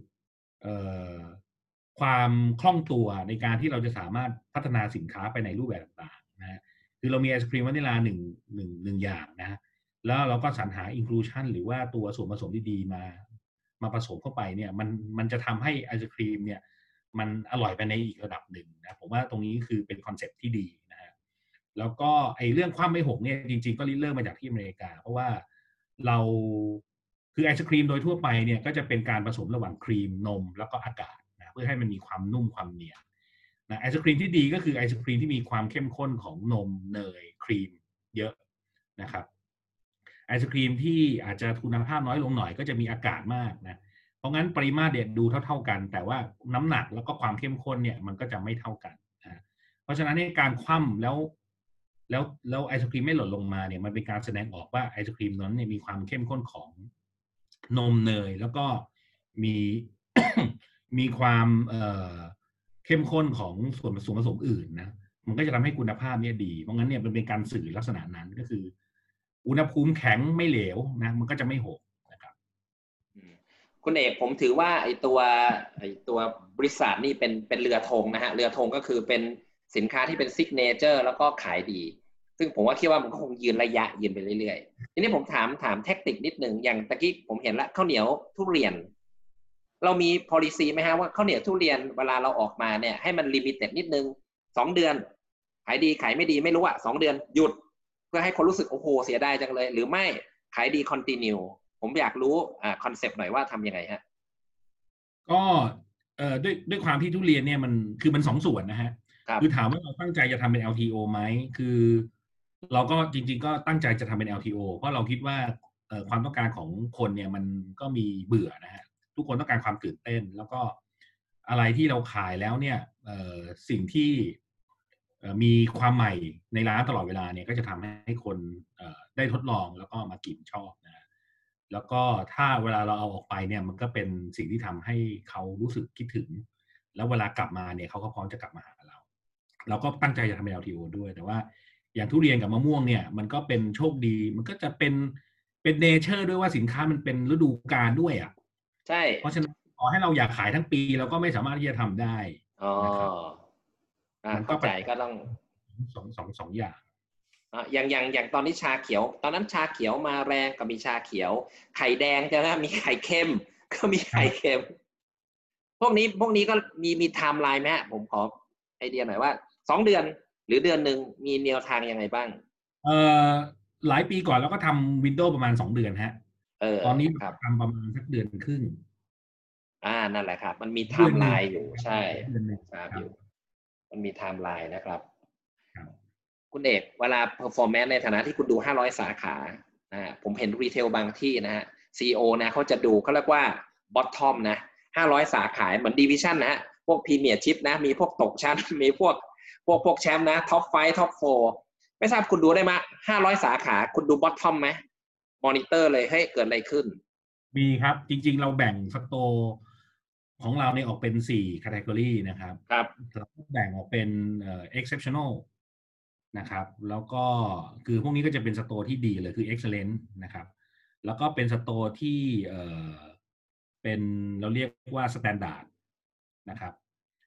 [SPEAKER 2] ความคล่องตัวในการที่เราจะสามารถพัฒนาสินค้าไปในรูปแบบต่างๆนะคือเรามีไอศครีมวานิลาหนึ่งหนึ่งหนึ่งอย่างนะแล้วเราก็สรรหา inclusion หรือว่าตัวส่วนผสมที่ดีมามาผสมเข้าไปเนี่ยมันมันจะทำให้ไอศครีมเนี่ยมันอร่อยไปในอีกระดับหนึ่งนะผมว่าตรงนี้คือเป็นคอนเซ็ปต์ที่ดีนะฮะแล้วก็ไอเรื่องความไม่หกเนี่ยจริงๆก็ริเริ่มมาจากที่อเมริกาเพราะว่าเราคือไอศครีมโดยทั่วไปเนี่ยก็จะเป็นการผสมระหว่างครีมนมแล้วก็อากาศนะเพื่อให้มันมีความนุ่มความเนียนนะไอศครีมที่ดีก็คือไอศครีมที่มีความเข้มข้นของนมเนยครีมเยอะนะครับไอศครีมที่อาจจะคุณภาพน้อยลงหน่อยก็จะมีอากาศมากนะเพราะงั้นปริมาตรเด็ดดูเท่าๆกันแต่ว่าน้ำหนักแล้วก็ความเข้มข้นเนี่ยมันก็จะไม่เท่ากันนะเพราะฉะนั้นในการคว่ำแล้วแล้วแล้วไอศครีมไม่หล่นลงมาเนี่ยมันเป็นการแสดงออกว่าไอศครีมนั้นเนี่ยมีความเข้มข้นของนมเนยแล้วก็มี มีความเข้มข้นของส่วนผสมผสมอื่นนะมันก็จะทำให้คุณภาพเนี่ยดีเพราะงั้นเนี่ยมันเป็นการสื่อลักษณะนั้นก็คืออุณหภูมิแข็งไม่เหลวนะมันก็จะไม่หกนะครับ
[SPEAKER 1] คุณเอกผมถือว่าไอตัวไอตัวบริษัทนี่เป็นเป็นเรือธงนะฮะเรือธงก็คือเป็นสินค้าที่เป็นซิกเนเจอร์แล้วก็ขายดีซึ่งผมว่าคิดว่ามันก็คงยืนระยะยืนไปเรื่อยๆทีนี้ผมถามถามเทคนิคนิดหนึ่งอย่างตะกี้ผมเห็นละข้าวเหนียวทุเรียนเรามี policy ไหมฮะว่าข้าวเหนียวทุเรียนเวลาเราออกมาเนี่ยให้มันลิมิเต็ดนิดนึงสองเดือนขายดีขายไม่ดีไม่รู้อะสองเดือนหยุดเพื่อให้คนรู้สึกโอ้โหเสียดายจังเลยหรือไม่ขายดี continue ผมอยากรู้อ่าคอนเซปต์หน่อยว่าทำยังไงฮะ
[SPEAKER 2] ก็เอ่อด้วยด้วยความที่ทุเรียนเนี่ยมันคือมันสองส่วนนะฮะคือถามว่าเราตั้งใจจะทำเป็น แอล ที โอ ไหมคือเราก็จริงๆก็ตั้งใจจะทำเป็น แอล ที โอ เพราะเราคิดว่าความต้องการของคนเนี่ยมันก็มีเบื่อนะฮะทุกคนต้องการความตื่นเต้นแล้วก็อะไรที่เราขายแล้วเนี่ยสิ่งที่มีความใหม่ในร้านตลอดเวลาเนี่ยก็จะทำให้คนได้ทดลองแล้วก็มากินชอบนะแล้วก็ถ้าเวลาเราเอาออกไปเนี่ยมันก็เป็นสิ่งที่ทำให้เขารู้สึกคิดถึงแล้วเวลากลับมาเนี่ยเขาก็พร้อมจะกลับมาหาเราเราก็ตั้งใจจะทำเป็น แอล ที โอ ด้วยแต่ว่าอย่างทุเรียนกับมะม่วงเนี่ยมันก็เป็นโชคดีมันก็จะเป็นเป็นเนเจอร์ด้วยว่าสินค้ามันเป็นฤดูกาลด้วยอ่ะ
[SPEAKER 1] ใช่
[SPEAKER 2] เพราะฉะนั้นขอให้เราอยากขายทั้งปีเราก็ไม่สามารถที่จะทำได้นะครับ
[SPEAKER 1] มันก็ใจก็ต้อง
[SPEAKER 2] สองสองสองอย่าง
[SPEAKER 1] อย่างอย่างอย่างตอนนี้ชาเขียวตอนนั้นชาเขียวมาแรงก็มีชาเขียวไข่แดงจะนะมีไข่เค็มก็มีไข่เค็มพวกนี้พวกนี้ก็มีมีไทม์ไลน์ไหมฮะผมขอไอเดียหน่อยว่าสองเดือนหรือเดือนหนึ่งมีแนวทางยังไงบ้าง
[SPEAKER 2] เอ่อหลายปีก่อนเราก็ทำวินโดว์ประมาณสองเดือนฮะตอนนี้ทำประมาณสักเดือนครึ่ง
[SPEAKER 1] อ่านั่นแหละครับมันมีไทม์ไลน์อยู่ใช่ทราบอยู่มันมีไทม์ไลน์นะครับคุณเอกเวลา performance ในฐานะที่คุณดูห้าร้อยสาขานะผมเห็นรีเทลบางที่นะฮะ ซี อี โอ นะเขาจะดูเขาเรียกว่า bottom นะห้าร้อยสาขาเหมือน division นะฮะพวก Premiership นะมีพวกตกชั้นมีพวกพวกพวกแชมป์นะ top ไฟว์ top โฟร์ไม่ทราบคุณดูได้ไหมห้าร้อยสาขาคุณดู bottom ไหมมอนิเตอร์เลยเฮ้ยเกิดอะไรขึ้น
[SPEAKER 2] มีครับจริงๆเราแบ่งสโตร์ของเราเนี่ยออกเป็นสี่ category นะครับ
[SPEAKER 1] ครับ
[SPEAKER 2] เราแบ่งออกเป็นเอ่อ exceptional นะครับแล้วก็คือพวกนี้ก็จะเป็นสโตร์ที่ดีเลยคือ excellent นะครับแล้วก็เป็นสโตร์ที่เอ่อเป็นเราเรียกว่า standard นะครับ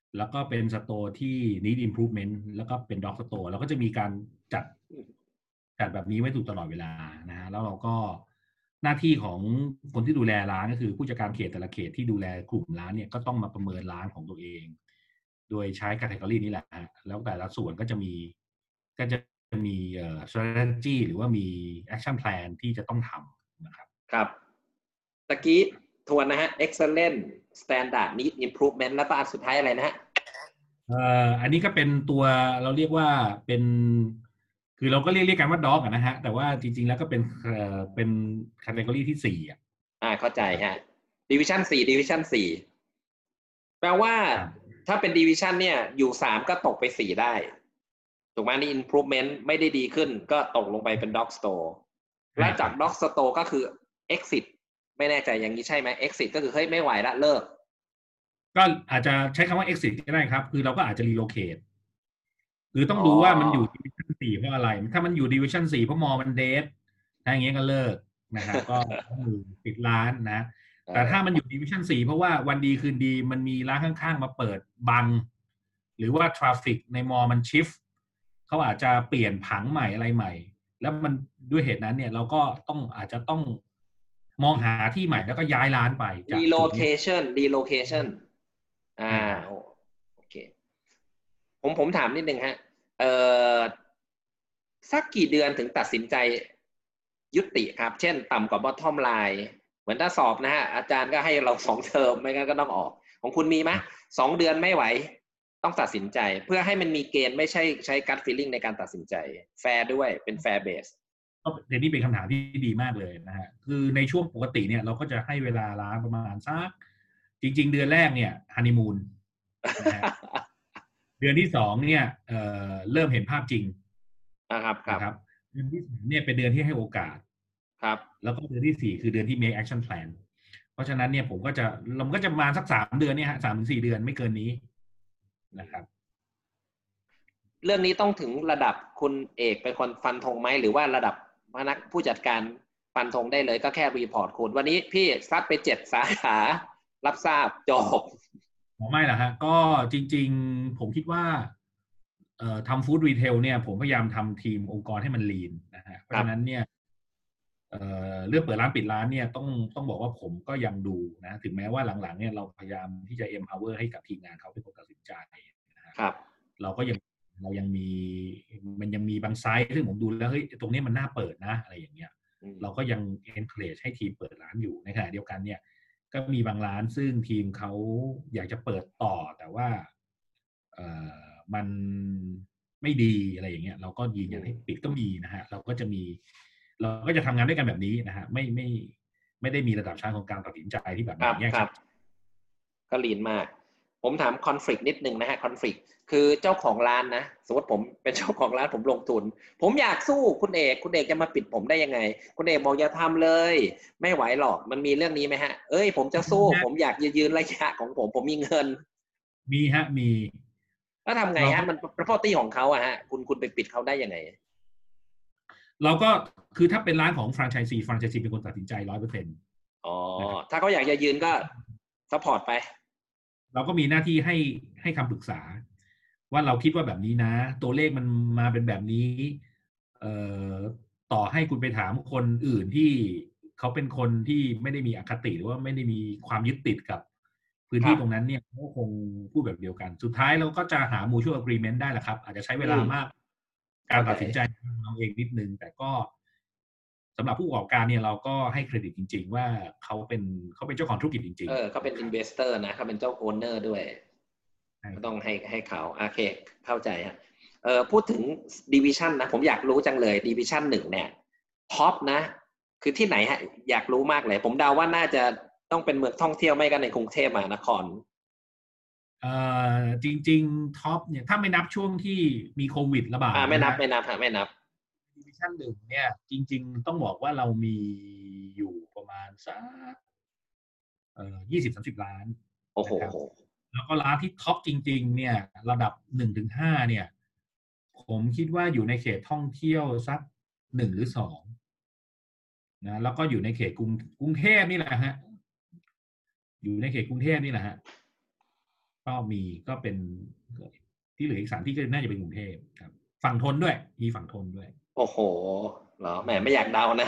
[SPEAKER 2] แล้วก็เป็นสโตร์ที่ need improvement แล้วก็เป็น dog store แล้วก็จะมีการจัดจัดแบบนี้ไว้ถูกตลอดเวลานะฮะแล้วเราก็หน้าที่ของคนที่ดูแลร้านก็คือผู้จัดการเขตแต่ละเขตที่ดูแลกลุ่มร้านเนี่ยก็ต้องมาประเมินร้านของตัวเองโดยใช้ category นี่แหละฮะแล้วแต่ละส่วนก็จะมีก็จะมีเอ่อ strategy หรือว่ามี action plan ที่จะต้องทำนะครับ
[SPEAKER 1] ครับตะกี้ทวนนะฮะ excellent standard need improvement แล้วก็อันสุดท้ายอะไรนะฮะ
[SPEAKER 2] เอ่ออันนี้ก็เป็นตัวเราเรียกว่าเป็นคือเราก็เรียกเรียกกันว่าด็อกนะฮะแต่ว่าจริงๆแล้วก็เป็นเอ่อเป็นแคตตากรีที่สี่อ่ะ
[SPEAKER 1] อ่าเข้าใจฮะ division สี่ division สี่แปลว่าถ้าเป็น division เนี่ยอยู่สามก็ตกไปสี่ได้ถูกไหมนี่ improvement ไม่ได้ดีขึ้นก็ตกลงไปเป็น dog store และจาก dog store ก็คือ exit ไม่แน่ใจอย่างนี้ใช่ไหม exit ก็คือเฮ้ยไม่ไหวละเลิก
[SPEAKER 2] ก็อาจจะใช้คำว่า exit ก็ได้ครับคือเราก็อาจจะ relocate คือต้องดูว่ามันอยู่ division สี่เพราะอะไรถ้ามันอยู่ division สี่เพราะมอมันเดทถ้าอย่างเงี้ยก็เลิกนะฮะก็ปิดร้านนะแต่ถ้ามันอยู่ division สี่เพราะว่าวันดีคืนดีมันมีร้านข้างๆมาเปิดบังหรือว่าทราฟฟิกในมอมันชิฟเขาอาจจะเปลี่ยนผังใหม่อะไรใหม่แล้วมันด้วยเหตุนั้นเนี่ยเราก็ต้องอาจจะต้องมองหาที่ใหม่แล้วก็ย้ายร้านไปจาก
[SPEAKER 1] relocation relocation อ่าโอเคผมผมถามนิดนึงฮะเอ่อสักกี่เดือนถึงตัดสินใจยุติครับเช่นต่ำกว่า bottom line เหมือนถ้าสอบนะฮะอาจารย์ก็ให้เราสองเทอมไม่งั้นก็ต้องออกของคุณมีไหมสองเดือนไม่ไหวต้องตัดสินใจเพื่อให้มันมีเกณฑ์ไม่ใช่ใช้ gut feeling ในการตัดสินใจแฟร์ด้วยเป็น fair base
[SPEAKER 2] ก็เดี๋ยวนี้เป็นคำถามที่ดีมากเลยนะฮะคือในช่วงปกติเนี่ยเราก็จะให้เวลาร้านประมาณสักจริงๆเดือนแรกเนี่ยฮันนีมูนนะฮะเดือนที่สองเนี่ยเอ่อเริ่มเห็นภาพจริง
[SPEAKER 1] นะครับ
[SPEAKER 2] นะครับเดือนที่สามเนี่ยเป็นเดือนที่ให้โอกาส
[SPEAKER 1] ครับ
[SPEAKER 2] แล้วก็เดือนที่สี่คือเดือนที่ make action plan เพราะฉะนั้นเนี่ยผมก็จะเราก็จะมาสักสามเดือนเนี่ยฮะสามถึงสี่เดือนไม่เกินนี้นะครับ
[SPEAKER 1] เรื่องนี้ต้องถึงระดับคุณเอกเป็นคนฟันธงไหมหรือว่าระดับพนักผู้จัดการฟันธงได้เลยก็แค่รีพอร์ตคุณวันนี้พี่ซัดไปเจ็ดสาขารับทราบจบ
[SPEAKER 2] ไม่ล่ะฮะก็จริงๆผมคิดว่าเอ่อทำฟู้ดรีเทลเนี่ยผมพยายามทำทีมองค์กรให้มันลีนนะฮะเพราะฉะนั้นเนี่ยเอ่อเรื่องเปิดร้านปิดร้านเนี่ยต้องต้องบอกว่าผมก็ยังดูนะถึงแม้ว่าหลังๆเนี่ยเราพยายามที่จะ empower ให้กับทีมงานเขาเป็นคนตัดสินใจนะครับเราก็ยังเรายังมีมันยังมีบางไซต์ซึ่งผมดูแล้วเฮ้ยตรงนี้มันน่าเปิดนะอะไรอย่างเงี้ยเราก็ยัง encourage ให้ทีมเปิดร้านอยู่ในขณะเดียวกันเนี่ยก็มีบางร้านซึ่งทีมเขาอยากจะเปิดต่อแต่ว่าเอ่อมันไม่ดีอะไรอย่างเงี้ยเราก็ยืนยันให้ปิดก็มีนะฮะเราก็จะมีเราก็จะทำงานด้วยกันแบบนี้นะฮะไม่ไม่ไม่ได้มีระดับชั้นของการตัดสินใจที่แบบแยกชัด
[SPEAKER 1] ก็ลีนมากผมถามคอนฟ lict นิดนึงนะฮะคอนฟ lict คือเจ้าของร้านนะสมมติผมเป็นเจ้าของร้านผมลงทุนผมอยากสู้คุณเอกคุณเอกจะมาปิดผมได้ยังไงคุณเอกบอกอย่าทำเลยไม่ไหวหรอกมันมีเรื่องนี้ไหมฮะเอ้ยผมจะสู้ผมอยากยืนระยะของผมผมมีเงิน
[SPEAKER 2] มีฮะมี
[SPEAKER 1] แล้วทำไงฮะมัน property ของเขาอะฮะคุณคุณไปปิดเขาได้ยังไง
[SPEAKER 2] เราก็คือถ้าเป็นร้านของแฟรนไชส์ซีแฟรนไชส์ซีเป็นคนตัดสินใจร้อยเปอร์เซ็นต์
[SPEAKER 1] อ๋อถ้าเขาอยากจะยืนก็ซัพพอร์ตไป
[SPEAKER 2] เราก็มีหน้าที่ให้ให้คำปรึกษาว่าเราคิดว่าแบบนี้นะตัวเลขมันมาเป็นแบบนี้เอ่อต่อให้คุณไปถามคนอื่นที่เขาเป็นคนที่ไม่ได้มีอคติหรือว่าไม่ได้มีความยึดติดกับพื้นที่ตรงนั้นเนี่ยเขาคงพูดแบบเดียวกันสุดท้ายเราก็จะหา mutual agreement ได้แหละครับอาจจะใช้เวลามากการตัดสินใจเราเองนิดนึงแต่ก็สำหรับผู้ประกอบการเนี่ยเราก็ให้เครดิตจริงๆว่าเขาเป็นเขาเป็นเจ้าของธุรกิจจริงๆ
[SPEAKER 1] เออเขาเป็น investor นะเขาเป็นเจ้า owner ด้วยก็ต้องให้ให้เขาโอเคเข้าใจฮะเออพูดถึง division นะผมอยากรู้จังเลย division หนึ่งเนี่ยท็อปนะคือที่ไหนฮะอยากรู้มากเลยผมเดาว่าน่าจะต้องเป็นเมืองท่องเที่ยวไม่กันในกรุงเทพมหานคร
[SPEAKER 2] เอ่อจริงๆท็อปเนี่ยถ้าไม่นับช่วงที่มีโควิดระบาด
[SPEAKER 1] อ่าไม่นับไม่นับฮะไม่นับ
[SPEAKER 2] ดิวิชั่นหนึ่งเนี่ยจริงๆต้องบอกว่าเรามีอยู่ประมาณสักเอ่อยี่สิบสามสิบล้าน
[SPEAKER 1] โอ้โห
[SPEAKER 2] นะครับแล้วก็ร้านที่ท็อปจริงๆเนี่ยระดับหนึ่งถึงห้าเนี่ยผมคิดว่าอยู่ในเขตท่องเที่ยวสักหนึ่งหรือสองนะแล้วก็อยู่ในเขตกรุงกรุงเทพนี่แหละฮะอยู่ในเขตกรุงเทพนี่แหละฮะก็มีก็เป็นที่เหลืออีกสามที่ก็น่าจะเป็นกรุงเทพครับฝั่งทนด้วยมีฝั่งทนด้วย
[SPEAKER 1] โอ้โหเหรอแหมไม่อยากเดานะ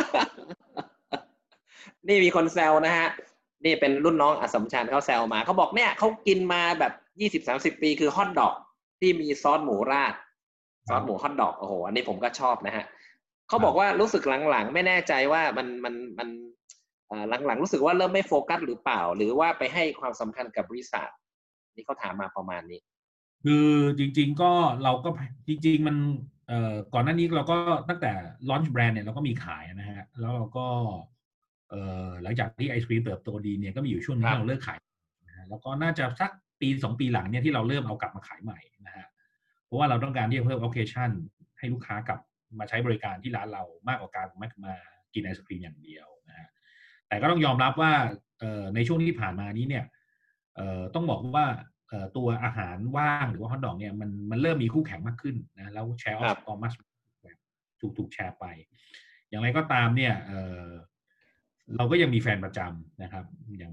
[SPEAKER 1] นี่มีคนแซวนะฮะนี่เป็นรุ่นน้องอัสสัมชัญเขาแซวมาเขาบอกเนี่ยเขากินมาแบบยี่สิบสามสิบปีคือฮอทดอกที่มีซอสหมูราดซอสหมูฮอทดอกโอ้โหอันนี้ผมก็ชอบนะฮะเขาบอกว่ารู้สึกหลังๆไม่แน่ใจว่ามันมันมันหลังๆรู้สึกว่าเริ่มไม่โฟกัสหรือเปล่าหรือว่าไปให้ความสำคัญกับบริษัทนี่เขาถามมาประมาณนี้
[SPEAKER 2] คือจริงๆก็เราก็จริงๆมันเอ่อก่อนหน้านี้เราก็ตั้งแต่ลอนช์แบรนด์เนี่ยเราก็มีขายนะฮะแล้วเราก็เอ่อหลังจากที่ไอศครีมเติบโตดีเนี่ยก็มีอยู่ช่วงนึงที่เราเลิกขายนะฮะแล้วก็น่าจะสักปีสองปีหลังเนี่ยที่เราเริ่มเอากลับมาขายใหม่นะฮะเพราะว่าเราต้องการที่จะเพิ่ม occasion ให้ลูกค้ากลับมาใช้บริการที่ร้านเรามากกว่าการมามากินไอศครีมอย่างเดียวนะฮะแต่ก็ต้องยอมรับว่าเอ่อในช่วงที่ผ่านมานี้เนี่ยเอ่อต้องบอกว่าตัวอาหารว่างหรือว่าฮอทดอกเนี่ยมันมันเริ่มมีคู่แข่งมากขึ้นนะแล้วแชร์ออฟคอมมัสถูกถูกแชร์ไปอย่างไรก็ตามเนี่ยเเราก็ยังมีแฟนประจำนะครับอย่าง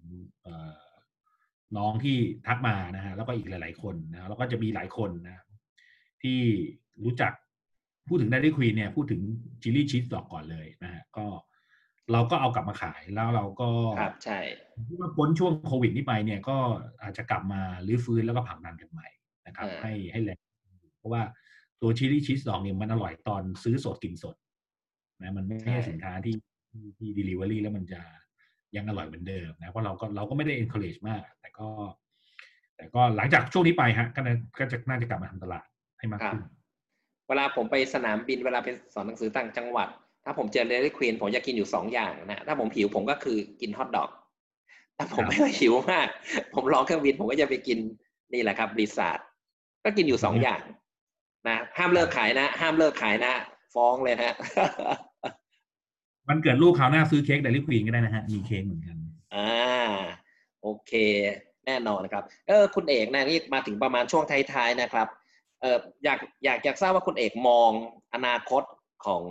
[SPEAKER 2] น้องที่ทักมานะฮะแล้วก็อีกหลายๆคนนะแล้วก็จะมีหลายคนนะที่รู้จักพูดถึงไดรี่ควีนเนี่ยพูดถึงจิลลี่ชีสดอกก่อนเลยนะฮะก็เราก็เอากลับมาขายแล้วเราก็
[SPEAKER 1] ครับใช่
[SPEAKER 2] ที่ว่าพ้นช่วงโควิดนี้ไปเนี่ยก็อาจจะกลับมารื้อฟื้นแล้วก็ผลักดันกันใหม่นะครับให้ให้แรงเพราะว่าตัวชิลลี่ชีสดอกเนี่ยมันอร่อยตอนซื้อสดกินสดนะมันไม่ใช่สินค้าที่ที่ delivery แล้วมันจะยังอร่อยเหมือนเดิมนะเพราะเราก็เราก็ไม่ได้ encourage มากแต่ก็แต่ก็หลังจากช่วงนี้ไปฮะก็ก็จะน่าจะกลับมาทำตลาดให้มากขึ้น
[SPEAKER 1] เวลาผมไปสนามบินเวลาไปสอนหนังสือต่างจังหวัดถ้าผมเจอเดลี่ควีนผมจะกินอยู่สองอย่างนะถ้าผมหิวผมก็คือกินฮอทดอกถ้าผมไม่หิวมากผมรอเครื่องบินผมก็จะไปกินนี่แหละครับบริษัทก็กินอยู่สองอย่างนะห้ามเลิกขายนะห้ามเลิกขายนะฟ้องเลยฮะ
[SPEAKER 2] มันเกิดลูกคราวหน้าซื้อเค้กเดลี่ควีนก็ได้นะฮะมีเค้กเหมือนกัน
[SPEAKER 1] อ่าโอเคแน่นอนนะครับเออคุณเอกนะนี่มาถึงประมาณช่วงท้ายๆนะครับเอออยากอยากอยากทราบว่าคุณเอกมองอนาคตของ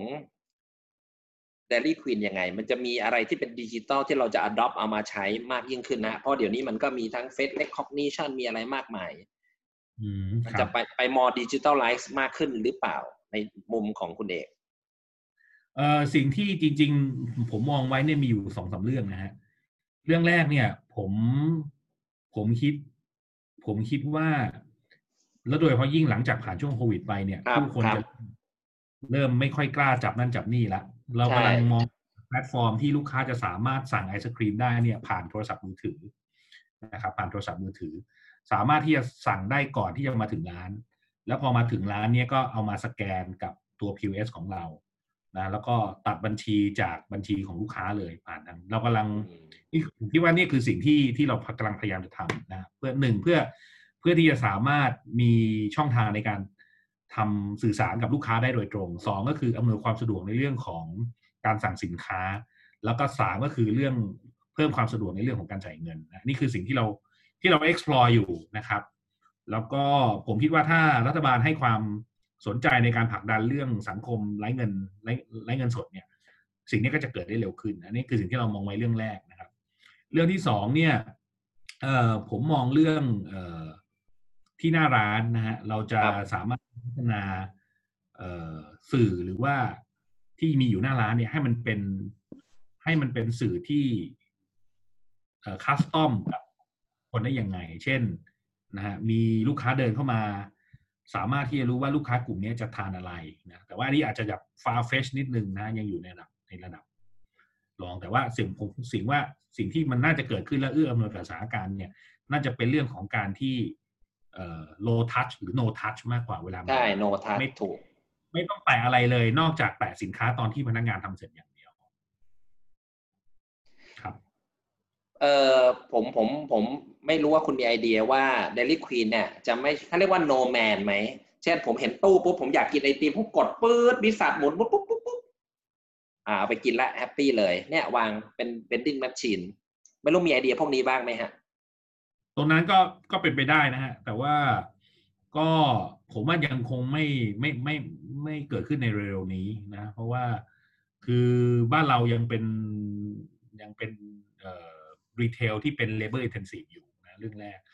[SPEAKER 1] Dairy Queen ยังไงมันจะมีอะไรที่เป็นดิจิตอลที่เราจะ adopt เอามาใช้มากยิ่งขึ้นนะเพราะเดี๋ยวนี้มันก็มีทั้ง face recognition มีอะไรมากมายมันจะไปไป more digitalize มากขึ้นหรือเปล่าในมุมของคุณเอก
[SPEAKER 2] เอ่อสิ่งที่จริงๆผมมองไว้เนี่ยมีอยู่สองสามเรื่องนะฮะเรื่องแรกเนี่ยผมผมคิดผมคิดว่าแล้วโดยเฉพาะยิ่งหลังจากผ่านช่วงโควิดไปเนี่ยผู้คนจะเริ่มไม่ค่อยกล้าจับนั่นจับนี่ละเรากำลังมองแพลตฟอร์มที่ลูกค้าจะสามารถสั่งไอศครีมได้เนี่ยผ่านโทรศัพท์มือถือนะครับผ่านโทรศัพท์มือถือสามารถที่จะสั่งได้ก่อนที่จะมาถึงร้านแล้วพอมาถึงร้านเนี่ยก็เอามาสแกนกับตัว พี โอ เอส ของเรานะแล้วก็ตัดบัญชีจากบัญชีของลูกค้าเลยผ่านทางเรากำลังนี่ผมคิดว่านี่คือสิ่งที่ที่เรากำลังพยายามจะทำนะเพื่อหนึ่งเพื่อเพื่อที่จะสามารถมีช่องทางในการทำสื่อสารกับลูกค้าได้โดยตรงสองก็คืออำนวยความสะดวกในเรื่องของการสั่งสินค้าแล้วก็สามก็คือเรื่องเพิ่มความสะดวกในเรื่องของการจ่ายเงินนะนี่คือสิ่งที่เราที่เรา explore อยู่นะครับแล้วก็ผมคิดว่าถ้ารัฐบาลให้ความสนใจในการผลักดันเรื่องสังคมไร้เงินไร้ไร้เงินสดเนี่ยสิ่งนี้ก็จะเกิดได้เร็วขึ้นอันนี้คือสิ่งที่เรามองไว้เรื่องแรกนะครับเรื่องที่สองเนี่ยเอ่อผมมองเรื่องเอ่อที่หน้าร้านนะฮะเราจะสามารถพัฒนาเอ่อสื่อหรือว่าที่มีอยู่หน้าร้านเนี่ยให้มันเป็นให้มันเป็นสื่อที่เอ่อคัสตอมกับคนได้ยังไงเช่นนะฮะมีลูกค้าเดินเข้ามาสามารถที่จะรู้ว่าลูกค้ากลุ่มนี้จะทานอะไรนะแต่ว่าอันนี้อาจจะแบบฟาร์เฟชนิดนึงนะยังอยู่ในระดับในระดับลองแต่ว่าสิ่งผมสิ่งว่าสิ่งที่มันน่าจะเกิดขึ้นและเอื้ออำนวยกับสถานการณ์เนี่ยน่าจะเป็นเรื่องของการที่เอ่อ low touch หรือ no touch มากกว่าเวลา
[SPEAKER 1] ใช่ no touch
[SPEAKER 2] ไม่
[SPEAKER 1] ถูก
[SPEAKER 2] ไม่ต้องแตะอะไรเลยนอกจากแตะสินค้าตอนที่พนักงานทำเสร็จอย่างเดียวครับ
[SPEAKER 1] เอ่อผมผมผมไม่รู้ว่าคุณมีไอเดียว่า Dairy Queen เนี่ยจะไม่เขาเรียกว่า no man ไหมเช่นผมเห็นตู้ปุ๊บผมอยากกินไอติมผมกดปื๊ดบิสัทหมุนปุ๊บปุ๊บปุ๊บปุ๊บอ่าเอาไปกินละแฮปปี้เลยเนี่ยวางเป็น vending machine ไม่รู้มีไอเดียพวกนี้บ้างไหมฮะ
[SPEAKER 2] ตรงนั้นก็ก็เป็นไปได้นะฮะแต่ว่าก็ผมว่ายังคงไม่ไม่ไม่ไม่เกิดขึ้นในเร็วนี้นะเพราะว่าคือบ้านเรายังเป็นยังเป็นเอ่อรีเทลที่เป็น labor intensive อยู่นะเรื่องแรก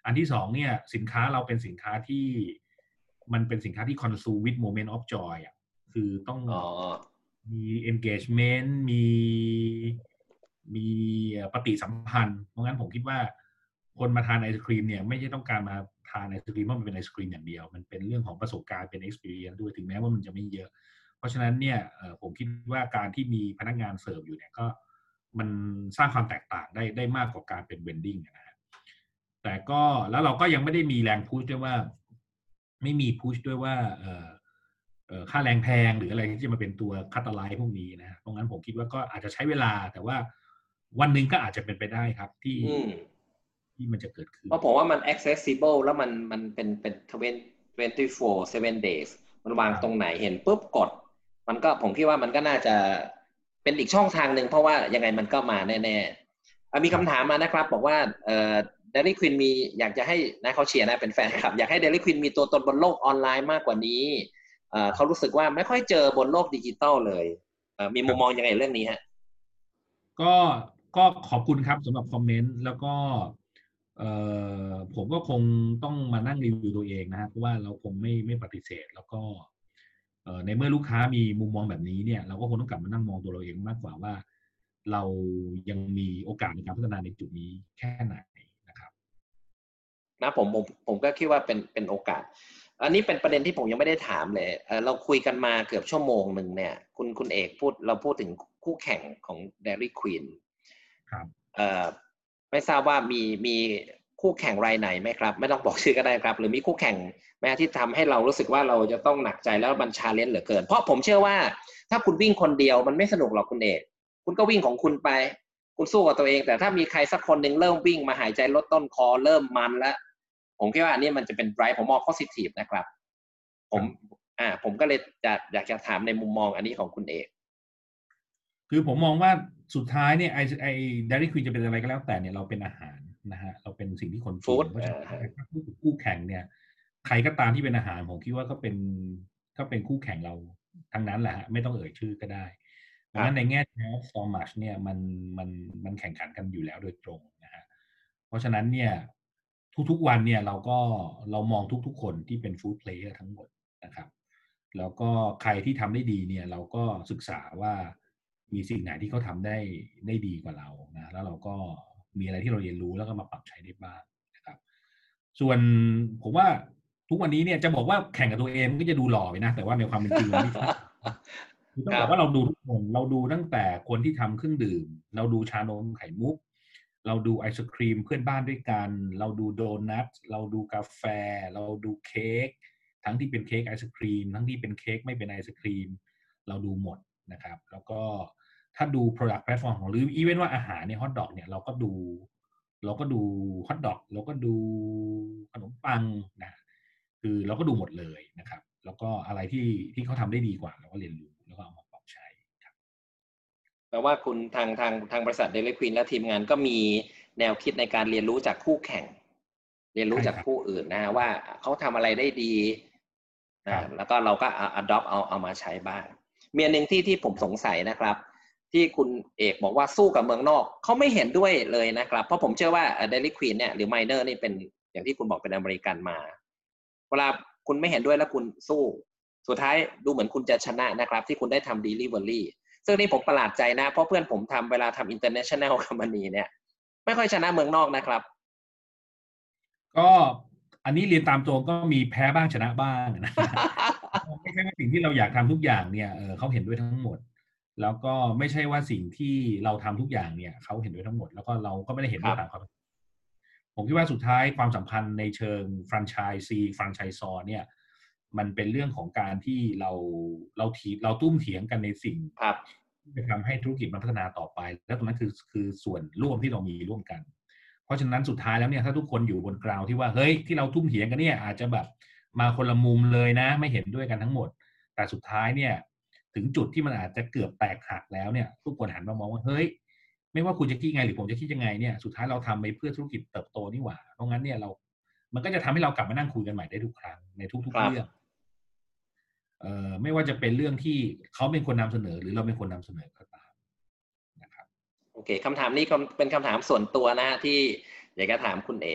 [SPEAKER 2] อันที่สองเนี่ยสินค้าเราเป็นสินค้าที่มันเป็นสินค้าที่ consume with moment of joy อ่ะคือต้องมี engagement มีมีปฏิสัมพันธ์เพราะงั้นผมคิดว่าคนมาทานไอศครีมเนี่ยไม่ใช่ต้องการมาทานไอศครีมเพราะมันเป็นไอศครีมอย่างเดียวมันเป็นเรื่องของประสบการณ์เป็น experience ด้วยถึงแม้ว่ามันจะไม่เยอะเพราะฉะนั้นเนี่ยผมคิดว่าการที่มีพนักงานเสิร์ฟอยู่เนี่ยก็มันสร้างความแตกต่างได้ได้มากกว่าการเป็นเวนดิ้งนะฮะแต่ก็แล้วเราก็ยังไม่ได้มีแรงพุชด้วยว่าไม่มีพุชด้วยว่าเอ่อเอ่อค่าแรงแพงหรืออะไรที่จะมาเป็นตัวคัตไลท์พวกนี้นะเพราะงั้นผมคิดว่าก็อาจจะใช้เวลาแต่ว่าวันหนึ่งก็อาจจะเป็นไปได้ครับที่ที่มันจะเกิดขึ้น
[SPEAKER 1] เพราะผมว่ามัน accessible แล้วมันมันเป็นเป็นtwenty-four seven days มันวางตรงไหนเห็นปุ๊บกดมันก็ผมคิดว่ามันก็น่าจะเป็นอีกช่องทางหนึ่งเพราะว่ายังไงมันก็มาแน่ๆมีคำถามมานะครับบอกว่าเอ่อ Dairy Queen มีอยากจะให้นะเขาเชียร์นะเป็นแฟนคลับอยากให้ Dairy Queen มีตัวตนบนโลกออนไลน์มากกว่านี้เอ่อเขารู้สึกว่าไม่ค่อยเจอบนโลกดิจิตอลเลยเอ่อมีมุมมองยังไงเรื่องนี้ฮะ
[SPEAKER 2] ก็ก็ขอบคุณครับสำหรับคอมเมนต์แล้วก็เอ่อผมก็คงต้องมานั่งรีวิวตัวเองนะฮะเพราะว่าเราคงไม่ไม่ปฏิเสธแล้วก็เอ่อในเมื่อลูกค้ามีมุมมองแบบนี้เนี่ยเราก็คงต้องกลับมานั่งมองตัวเราเองมากกว่าว่าเรายังมีโอกาสในการพัฒนาในจุดนี้แค่ไหนนะครับ
[SPEAKER 1] นะผมผมผมก็คิดว่าเป็นเป็นโอกาสอันนี้เป็นประเด็นที่ผมยังไม่ได้ถามเลยเออเราคุยกันมาเกือบชั่วโมงหนึ่งเนี่ยคุณคุณเอกพูดเราพูดถึงคู่แข่งของ Dairy Queen
[SPEAKER 2] ครับ
[SPEAKER 1] เอ่อไม่ทราบว่ามีมีคู่แข่งรายไหนไหมครับไม่ต้องบอกชื่อก็ได้ครับหรือมีคู่แข่งแม้ที่ทำให้เรารู้สึกว่าเราจะต้องหนักใจแล้วมันชาเลนจ์เหลือเกินเพราะผมเชื่อว่าถ้าคุณวิ่งคนเดียวมันไม่สนุกหรอกคุณเอกคุณก็วิ่งของคุณไปคุณสู้กับตัวเองแต่ถ้ามีใครสักคนหนึ่งเริ่มวิ่งมาหายใจลดต้นคอเริ่มมันแล้วผมคิดว่าอันนี้มันจะเป็นไดรฟ์ผมมอง positive นะครับผมอ่าผมก็เลยจะอยากจะถามในมุมมองอันนี้ของคุณเอก
[SPEAKER 2] คือผมมองว่าสุดท้ายเนี่ยไอไอ Dairy Queen จะเป็นอะไรก็แล้วแต่เนี่ยเราเป็นอาหารนะฮะเราเป็นสิ่งที่คนกินเพราะฉะนั้นถ้าพูดถึงคู่แข่งเนี่ยใครก็ตามที่เป็นอาหารผมคิดว่าก็เป็นก็เป็นคู่แข่งเราทั้งนั้นแหละฮะไม่ต้องเอ่ยชื่อก็ได้เพราะฉะนั้นในแง่ของ so much เนี่ยมันมันมันแข่งขันกันอยู่แล้วโดยตรงนะฮะเพราะฉะนั้นเนี่ยทุกๆวันเนี่ยเราก็เรามองทุกๆคนที่เป็น food player ทั้งหมดนะครับแล้วก็ใครที่ทำได้ดีเนี่ยเราก็ศึกษาว่ามีสิ่งไหนที่เขาทำได้ได้ดีกว่าเรานะแล้วเราก็มีอะไรที่เราเรียนรู้แล้วก็มาปรับใช้ได้บ้างนะครับส่วนผมว่าทุกวันนี้เนี่ยจะบอกว่าแข่งกับตัวเองก็จะดูหล่อไปนะแต่ว่าในความเป็นจริงมันไม่ใช่คือต้องบอกว่าเราดูทุกคนเราดูตั้งแต่คนที่ทำเครื่องดื่มเราดูชานมไข่มุกเราดูไอศครีมเพื่อนบ้านด้วยกันเราดูโดนัทเราดูกาแฟเราดูเค้กทั้งที่เป็นเค้กไอศครีมทั้งที่เป็นเค้กไม่เป็นไอศครีมเราดูหมดนะครับแล้วก็ถ้าดู product platform ของหรืออีเวนต์ว่าอาหารเนี่ยฮอทดอกเนี่ยเราก็ดูเราก็ดูฮอทดอกเราก็ดูขนมปังนะคือเราก็ดูหมดเลยนะครับแล้วก็อะไรที่ที่เขาทำได้ดีกว่าเราก็เรียนรู้แล้วก็เอามาปรับใช้ครับ
[SPEAKER 1] แปลว่าคุณทางทางทางบริษัท Dairy Queen และทีมงานก็มีแนวคิดในการเรียนรู้จากคู่แข่งเรียนรู้จากผู้อื่นนะว่าเขาทำอะไรได้ดีนะแล้วก็เราก็ adopt เอาเอามาใช้บ้างมีอันหนึ่งที่ที่ผมสงสัยนะครับที่คุณเอกบอกว่าสู้กับเมืองนอกเขาไม่เห็นด้วยเลยนะครับเพราะผมเชื่อว่า Dairy Queen เนี่ยหรือ Miner นี่เป็นอย่างที่คุณบอกเป็นอเมริกันมาเวลาคุณไม่เห็นด้วยแล้วคุณสู้สุดท้ายดูเหมือนคุณจะชนะนะครับที่คุณได้ทำ delivery ซึ่งนี่ผมประหลาดใจนะเพราะเพื่อนผมทำเวลาทำ international company เนี่ยไม่ค่อยชนะเมืองนอกนะครับ
[SPEAKER 2] ก็อันนี้เรียนตามตรงก็มีแพ้บ้างชนะบ้างนะไม่ใช่ว่าสิ่งที่เราอยากทำทุกอย่างเนี่ยเออเขาเห็นด้วยทั้งหมดแล้วก็ไม่ใช่ว่าสิ่งที่เราทำทุกอย่างเนี่ยเขาเห็นด้วยทั้งหมดแล้วก็เราก็ไม่ได้เห็นด้วยตามความผมคิดว่าสุดท้ายความสัมพันธ์ในเชิงแฟรนไชส์ซีแฟรนไชส์ซอเนี่ยมันเป็นเรื่องของการที่เราเราถีเราตุ้มเถียงกันในสิ่งที่จะทำให้ธุรกิจมันพัฒนาต่อไปแล้วตรงนั้นคือคือส่วนร่วมที่เรามีร่วมกันเพราะฉะนั้นสุดท้ายแล้วเนี่ยถ้าทุกคนอยู่บนกราวที่ว่าเฮ้ยที่เราทุ่มเถียงกันเนี่ยอาจจะแบบมาคนละมุมเลยนะไม่เห็นด้วยกันทั้งหมดแต่สุดท้ายเนี่ยถึงจุดที่มันอาจจะเกือบแตกหักแล้วเนี่ยทุกคนหันมามองว่าเฮ้ยไม่ว่าคุณจะคิดไงหรือผมจะคิดยังไงเนี่ยสุดท้ายเราทำไปเพื่อธุรกิจเติบโตนี่หว่าเพราะงั้นเนี่ยเรามันก็จะทำให้เรากลับมานั่งคุยกันใหม่ได้ทุกครั้งในทุกๆเรื่องเอ่อไม่ว่าจะเป็นเรื่องที่เขาเป็นคนนำเสนอหรือเราเป็นคนนำเสนอก็ตามนะครับ
[SPEAKER 1] โอเคคำถามนี้ก็เป็นคำถามส่วนตัวนะที่อยากจะถามคุณเอก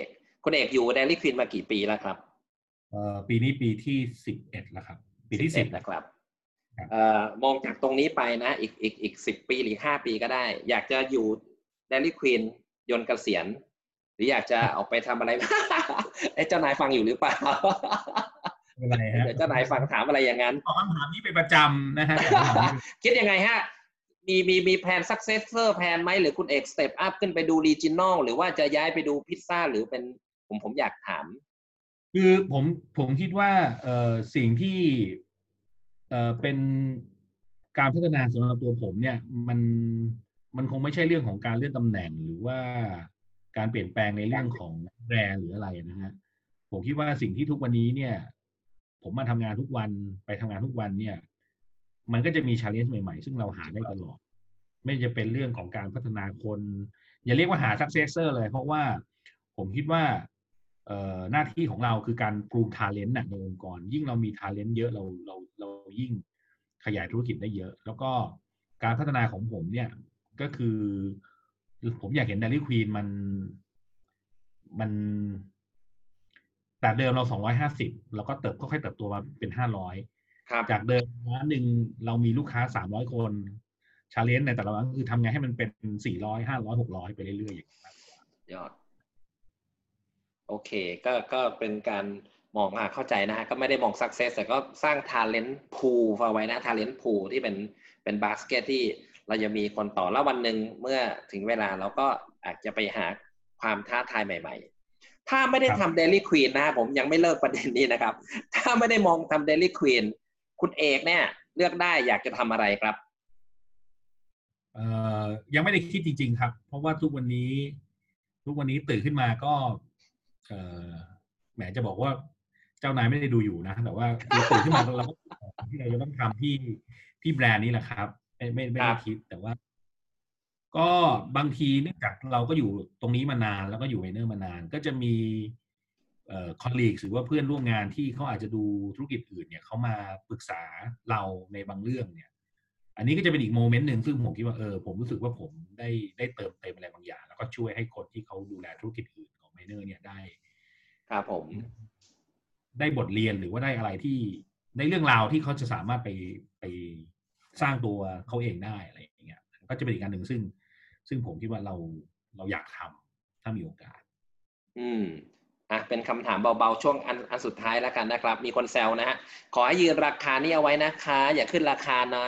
[SPEAKER 1] คุณเอกอยู่ Dairy Queen มากี่ปีแล้วครับ
[SPEAKER 2] เอ่อปีนี้ปีที่สิบเอ็ดแล้วครับปีที่สิบ
[SPEAKER 1] นะครับเอ่อมองจากตรงนี้ไปนะอีกอีกอีกสิบปีหรือห้าปีก็ได้อยากจะอยู่ Dairy Queen ยนต์เกษียณหรืออยากจะออกไปทำอะไร ไอ้เจ้านายฟังอยู่หรือเปล่า
[SPEAKER 2] อะไรฮะ
[SPEAKER 1] เดี๋ยวเจ้านายฟังถามอะไรอย่างนั้น
[SPEAKER 2] คำถามนี้เป็นประจำนะฮะ
[SPEAKER 1] คิดยังไงฮะมีมีมีแผน successor แผนไหมหรือคุณเอก step up ขึ้นไปดู regional หรือว่าจะย้ายไปดูพิซซ่าหรือเป็นผมผมอยากถาม
[SPEAKER 2] คือผมผมคิดว่าเอ่อสิ่งที่เอ่อเป็นการพัฒนาสำหรับตัวผมเนี่ยมันมันคงไม่ใช่เรื่องของการเลื่อนตำแหน่งหรือว่าการเปลี่ยนแปลงในเรื่องของแบรนด์หรืออะไรนะฮะผมคิดว่าสิ่งที่ทุกวันนี้เนี่ยผมมาทำงานทุกวันไปทำงานทุกวันเนี่ยมันก็จะมี challenge ใหม่ๆซึ่งเราหาได้ตลอดไม่จะเป็นเรื่องของการพัฒนาคนอย่าเรียกว่าหา successor เลยเพราะว่าผมคิดว่าหน้าที่ของเราคือการปรุง talent ในองค์กรยิ่งเรามี talent เยอะเราเราเรายิ่งขยายธุรกิจได้เยอะแล้วก็การพัฒนาของผมเนี่ยก็คือผมอยากเห็น Dairy Queen มันมันจากเดิมเราสองร้อยห้าสิบแล้วก็เติบค่อยๆเติบโตมาเป็นห้าร้อยจากเดิมร้านหนึ่งเรามีลูกค้าสามร้อยคนชาเลนจ์ในแต่ละวันคือทำไงให้มันเป็นสี่ร้อย ห้าร้อย หกร้อยไปเรื่อยๆอย่างนี้
[SPEAKER 1] ยอดโอเคก็ก็เป็นการมองอ่าเข้าใจนะฮะก็ไม่ได้มอง success แต่ก็สร้าง talent pool เอาไว้นะ talent pool ที่เป็นเป็นบาสเกตที่เราจะมีคนต่อแล้ววันหนึ่งเมื่อถึงเวลาเราก็อาจจะไปหาความท้าทายใหม่ๆถ้าไม่ได้ทำ Dairy Queen นะผมยังไม่เลิกประเด็นนี้นะครับถ้าไม่ได้มองทำ Dairy Queen คุณเอกเนี่ยเลือกได้อยากจะทำอะไรครับ
[SPEAKER 2] เอ่อยังไม่ได้คิดจริงๆครับเพราะว่าทุกวันนี้ทุกวันนี้ตื่นขึ้นมาก็เอ่อแหมจะบอกว่าเจ้านายไม่ได้ดูอยู่นะแต่ว่าตื่นขึ้นมาเราก็ที่เราจะต้องทำที่ที่แบรนด์นี้แหละครับไม่ไม่ไม่ได้คิดแต่ว่าก็บางทีเนื่องจากเราก็อยู่ตรงนี้มานานแล้วก็อยู่เวเนอร์มานานก็จะมีเอ่อคอลลีกหรือว่าเพื่อนร่วมงานที่เขาอาจจะดูธุรกิจอื่นเนี่ยเขามาปรึกษาเราในบางเรื่องเนี่ยอันนี้ก็จะเป็นอีกโมเมนต์หนึ่งซึ่งผมคิดว่าเออผมรู้สึกว่าผมได้ได้เติมเต็มอะไรบางอย่างแล้วก็ช่วยให้คนที่เขาดูแลธุรกิจอื่นของไมเนอร์เนี่ยได้
[SPEAKER 1] ครับผม
[SPEAKER 2] ได้บทเรียนหรือว่าได้อะไรที่ในเรื่องราวที่เขาจะสามารถไปไปสร้างตัวเขาเองได้อะไรอย่างเงี้ยก็จะเป็นอีกการหนึ่งซึ่งซึ่งผมคิดว่าเราเราอยากทำถ้ามีโอกาส
[SPEAKER 1] อืมอ่ะเป็นคำถามเบาๆช่วงอันอันสุดท้ายแล้วกันนะครับมีคนแซวนะฮะขอให้ยืนราคานี้เอาไว้นะคะอย่าขึ้นราคานะ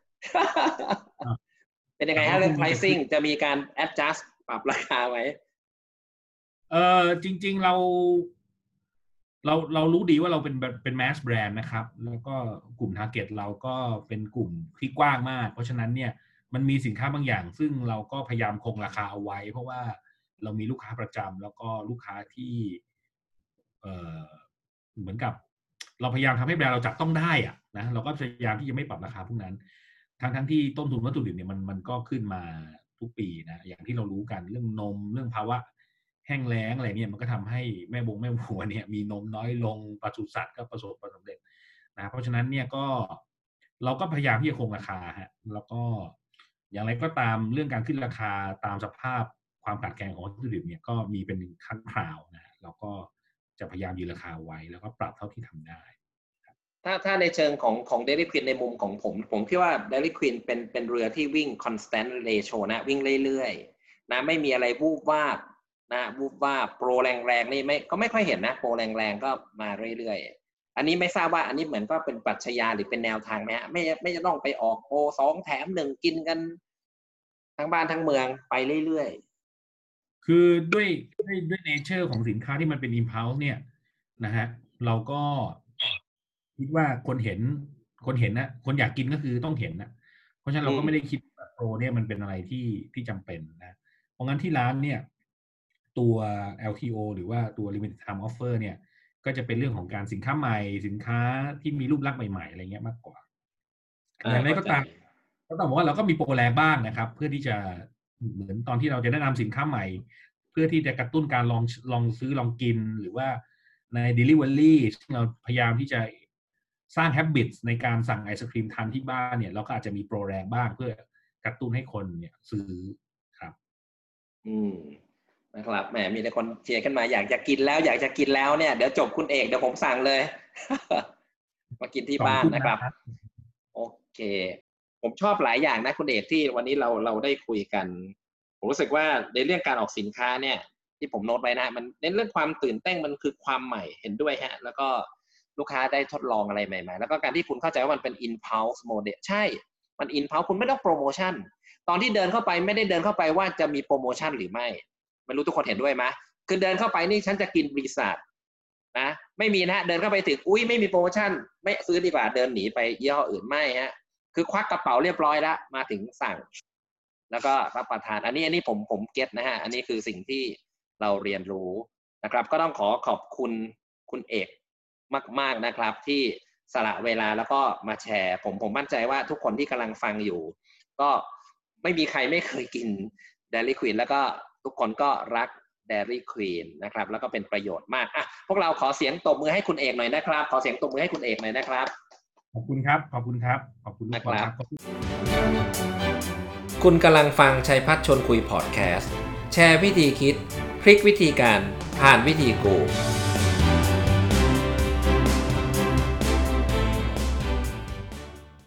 [SPEAKER 1] เป็นยังไงฮะเรื่อง pricing จะมีการ adjust ปรับราคาไหม
[SPEAKER 2] เออจริงๆเราเราเรารู้ดีว่าเราเป็นเป็นแมสแบรนด์นะครับแล้วก็กลุ่ม target เราก็เป็นกลุ่มที่กว้างมากเพราะฉะนั้นเนี่ยมันมีสินค้าบางอย่าง ซึ่งเราก็พยายามคงราคาเอาไว้เพราะว่าเรามีลูกค้าประจำแล้วก็ลูกค้าที่เออเหมือนกับเราพยายามทำให้แบรนด์เราจับต้องได้อะนะเราก็พยายามที่จะไม่ปรับราคาพวกนั้นทั้งทั้งที่ต้นทุนวัตถุดิบเนี่ยมันมันก็ขึ้นมาทุกปีนะอย่างที่เรารู้กันเรื่องนมเรื่องภาวะแห้งแล้งอะไรเนี่ยมันก็ทำให้แม่บงแม่วัวเนี่ยมีนมน้อยลงปศุสัตว์ก็ประสบความสำเร็จนะเพราะฉะนั้นเนี่ยก็เราก็พยายามที่จะคงราคาฮะแล้วก็อย่างไรก็ตามเรื่องการขึ้นราคาตามสภาพความขาดแคลนของวัตถุดิบเนี่ยก็มีเป็นครั้งคราวนะเราก็จะพยายามยืนราคาไว้แล้วก็ปรับเท่าที่ทำได้
[SPEAKER 1] ถ้าถ้าในเชิงของของ Dairy Queen ในมุมของผมผมคิดว่า Dairy Queen เป็นเป็นเรือที่วิ่ง constant ratio นะวิ่งเรื่อยๆนะไม่มีอะไรวูบวาบนะวูบวาบโปรแรงๆนี่ไม่ก็ไม่ค่อยเห็นนะโปรแรงๆก็มาเรื่อยๆอันนี้ไม่ทราบว่าอันนี้เหมือนก็เป็นปรัชญาหรือเป็นแนวทางไหมฮะไม่ไม่จะต้องไปออกโปรสองแถมหนึ่งกินกันทั้งบ้านทั้งเมืองไปเรื่อย
[SPEAKER 2] ๆคือด้วยด้วยด้วยเนเจอร์ของสินค้าที่มันเป็น impulse เนี่ยนะฮะเราก็คิดว่าคนเห็นคนเห็นนะคนอยากกินก็คือต้องเห็นนะเพราะฉะนั้นเราก็ไม่ได้คิดว่าโปรเนี่ยมันเป็นอะไรที่ที่จำเป็นนะเพราะงั้นที่ร้านเนี่ยตัว แอล ที โอ หรือว่าตัว limited time offer เนี่ยก็จะเป็นเรื่องของการสินค้าใหม่สินค้าที่มีรูปลักษณ์ใหม่ๆอะไรเงี้ยมากกว่าอย่างไรก็ตามก็ต้องบอกว่าเราก็มีโปรแรงบ้างนะครับเพื่อที่จะเหมือนตอนที่เราจะแนะนำสินค้าใหม่เพื่อที่จะกระตุ้นการลองลองซื้อลองกินหรือว่าใน delivery เราพยายามที่จะสร้าง habit ในการสั่งไอศครีมทานที่บ้านเนี่ยเราก็อาจจะมีโปรแรงบ้างเพื่อกระตุ้นให้คนเนี่ยซื้อครับ
[SPEAKER 1] อืมนะครับแหมมีแต่คนเชียร์ขึ้นมาอยากจะกินแล้วอยากจะกินแล้วเนี่ยเดี๋ยวจบคุณเอกเดี๋ยวผมสั่งเลย มากินที่บ้านนะครับโอเคผมชอบหลายอย่างนะคุณเอกที่วันนี้เราเราได้คุยกันผมรู้สึกว่าในเรื่องการออกสินค้าเนี่ยที่ผมโน้ตไว้นะมันในเรื่องความตื่นเต้นมันคือความใหม่เห็นด้วยฮะแล้วก็ลูกค้าได้ทดลองอะไรใหม่ๆแล้วก็การที่คุณเข้าใจว่ามันเป็น impulse model ใช่มัน impulse คุณไม่ต้องโปรโมชั่นตอนที่เดินเข้าไปไม่ได้เดินเข้าไปว่าจะมีโปรโมชั่นหรือไม่ไม่รู้ทุกคนเห็นด้วยไหมคือเดินเข้าไปนี่ฉันจะกินบริษัทนะไม่มีนะเดินเข้าไปถึงอุ้ยไม่มีโปรโมชั่นไม่ซื้อดีกว่าเดินหนีไปยี่ห้ออื่นไม่ฮะคือควักกระเป๋าเรียบร้อยแล้วมาถึงสั่งแล้วก็รับประทานอันนี้อันนี้ผมผมเก็ตนะฮะอันนี้คือสิ่งที่เราเรียนรู้นะครับก็ต้องขอขอบคุณคุณเอกมากๆนะครับที่สละเวลาแล้วก็มาแชร์ผมผมมั่นใจว่าทุกคนที่กำลังฟังอยู่ก็ไม่มีใครไม่เคยกิน Dairy Queen แล้วก็ทุกคนก็รัก Dairy Queen นะครับแล้วก็เป็นประโยชน์มากอ่ะพวกเราขอเสียงตบมือให้คุณเอกหน่อยนะครับขอเสียงตบมือให้คุณเอกหน่อยนะครับ
[SPEAKER 2] ขอบคุณครับขอบคุณครับขอบคุณนะครับ
[SPEAKER 1] คุณกำลังฟังชัยพัฒน์ชวนคุยพอดแคสต์แชร์วิธีคิดพลิกวิธีการผ่านวิธีกู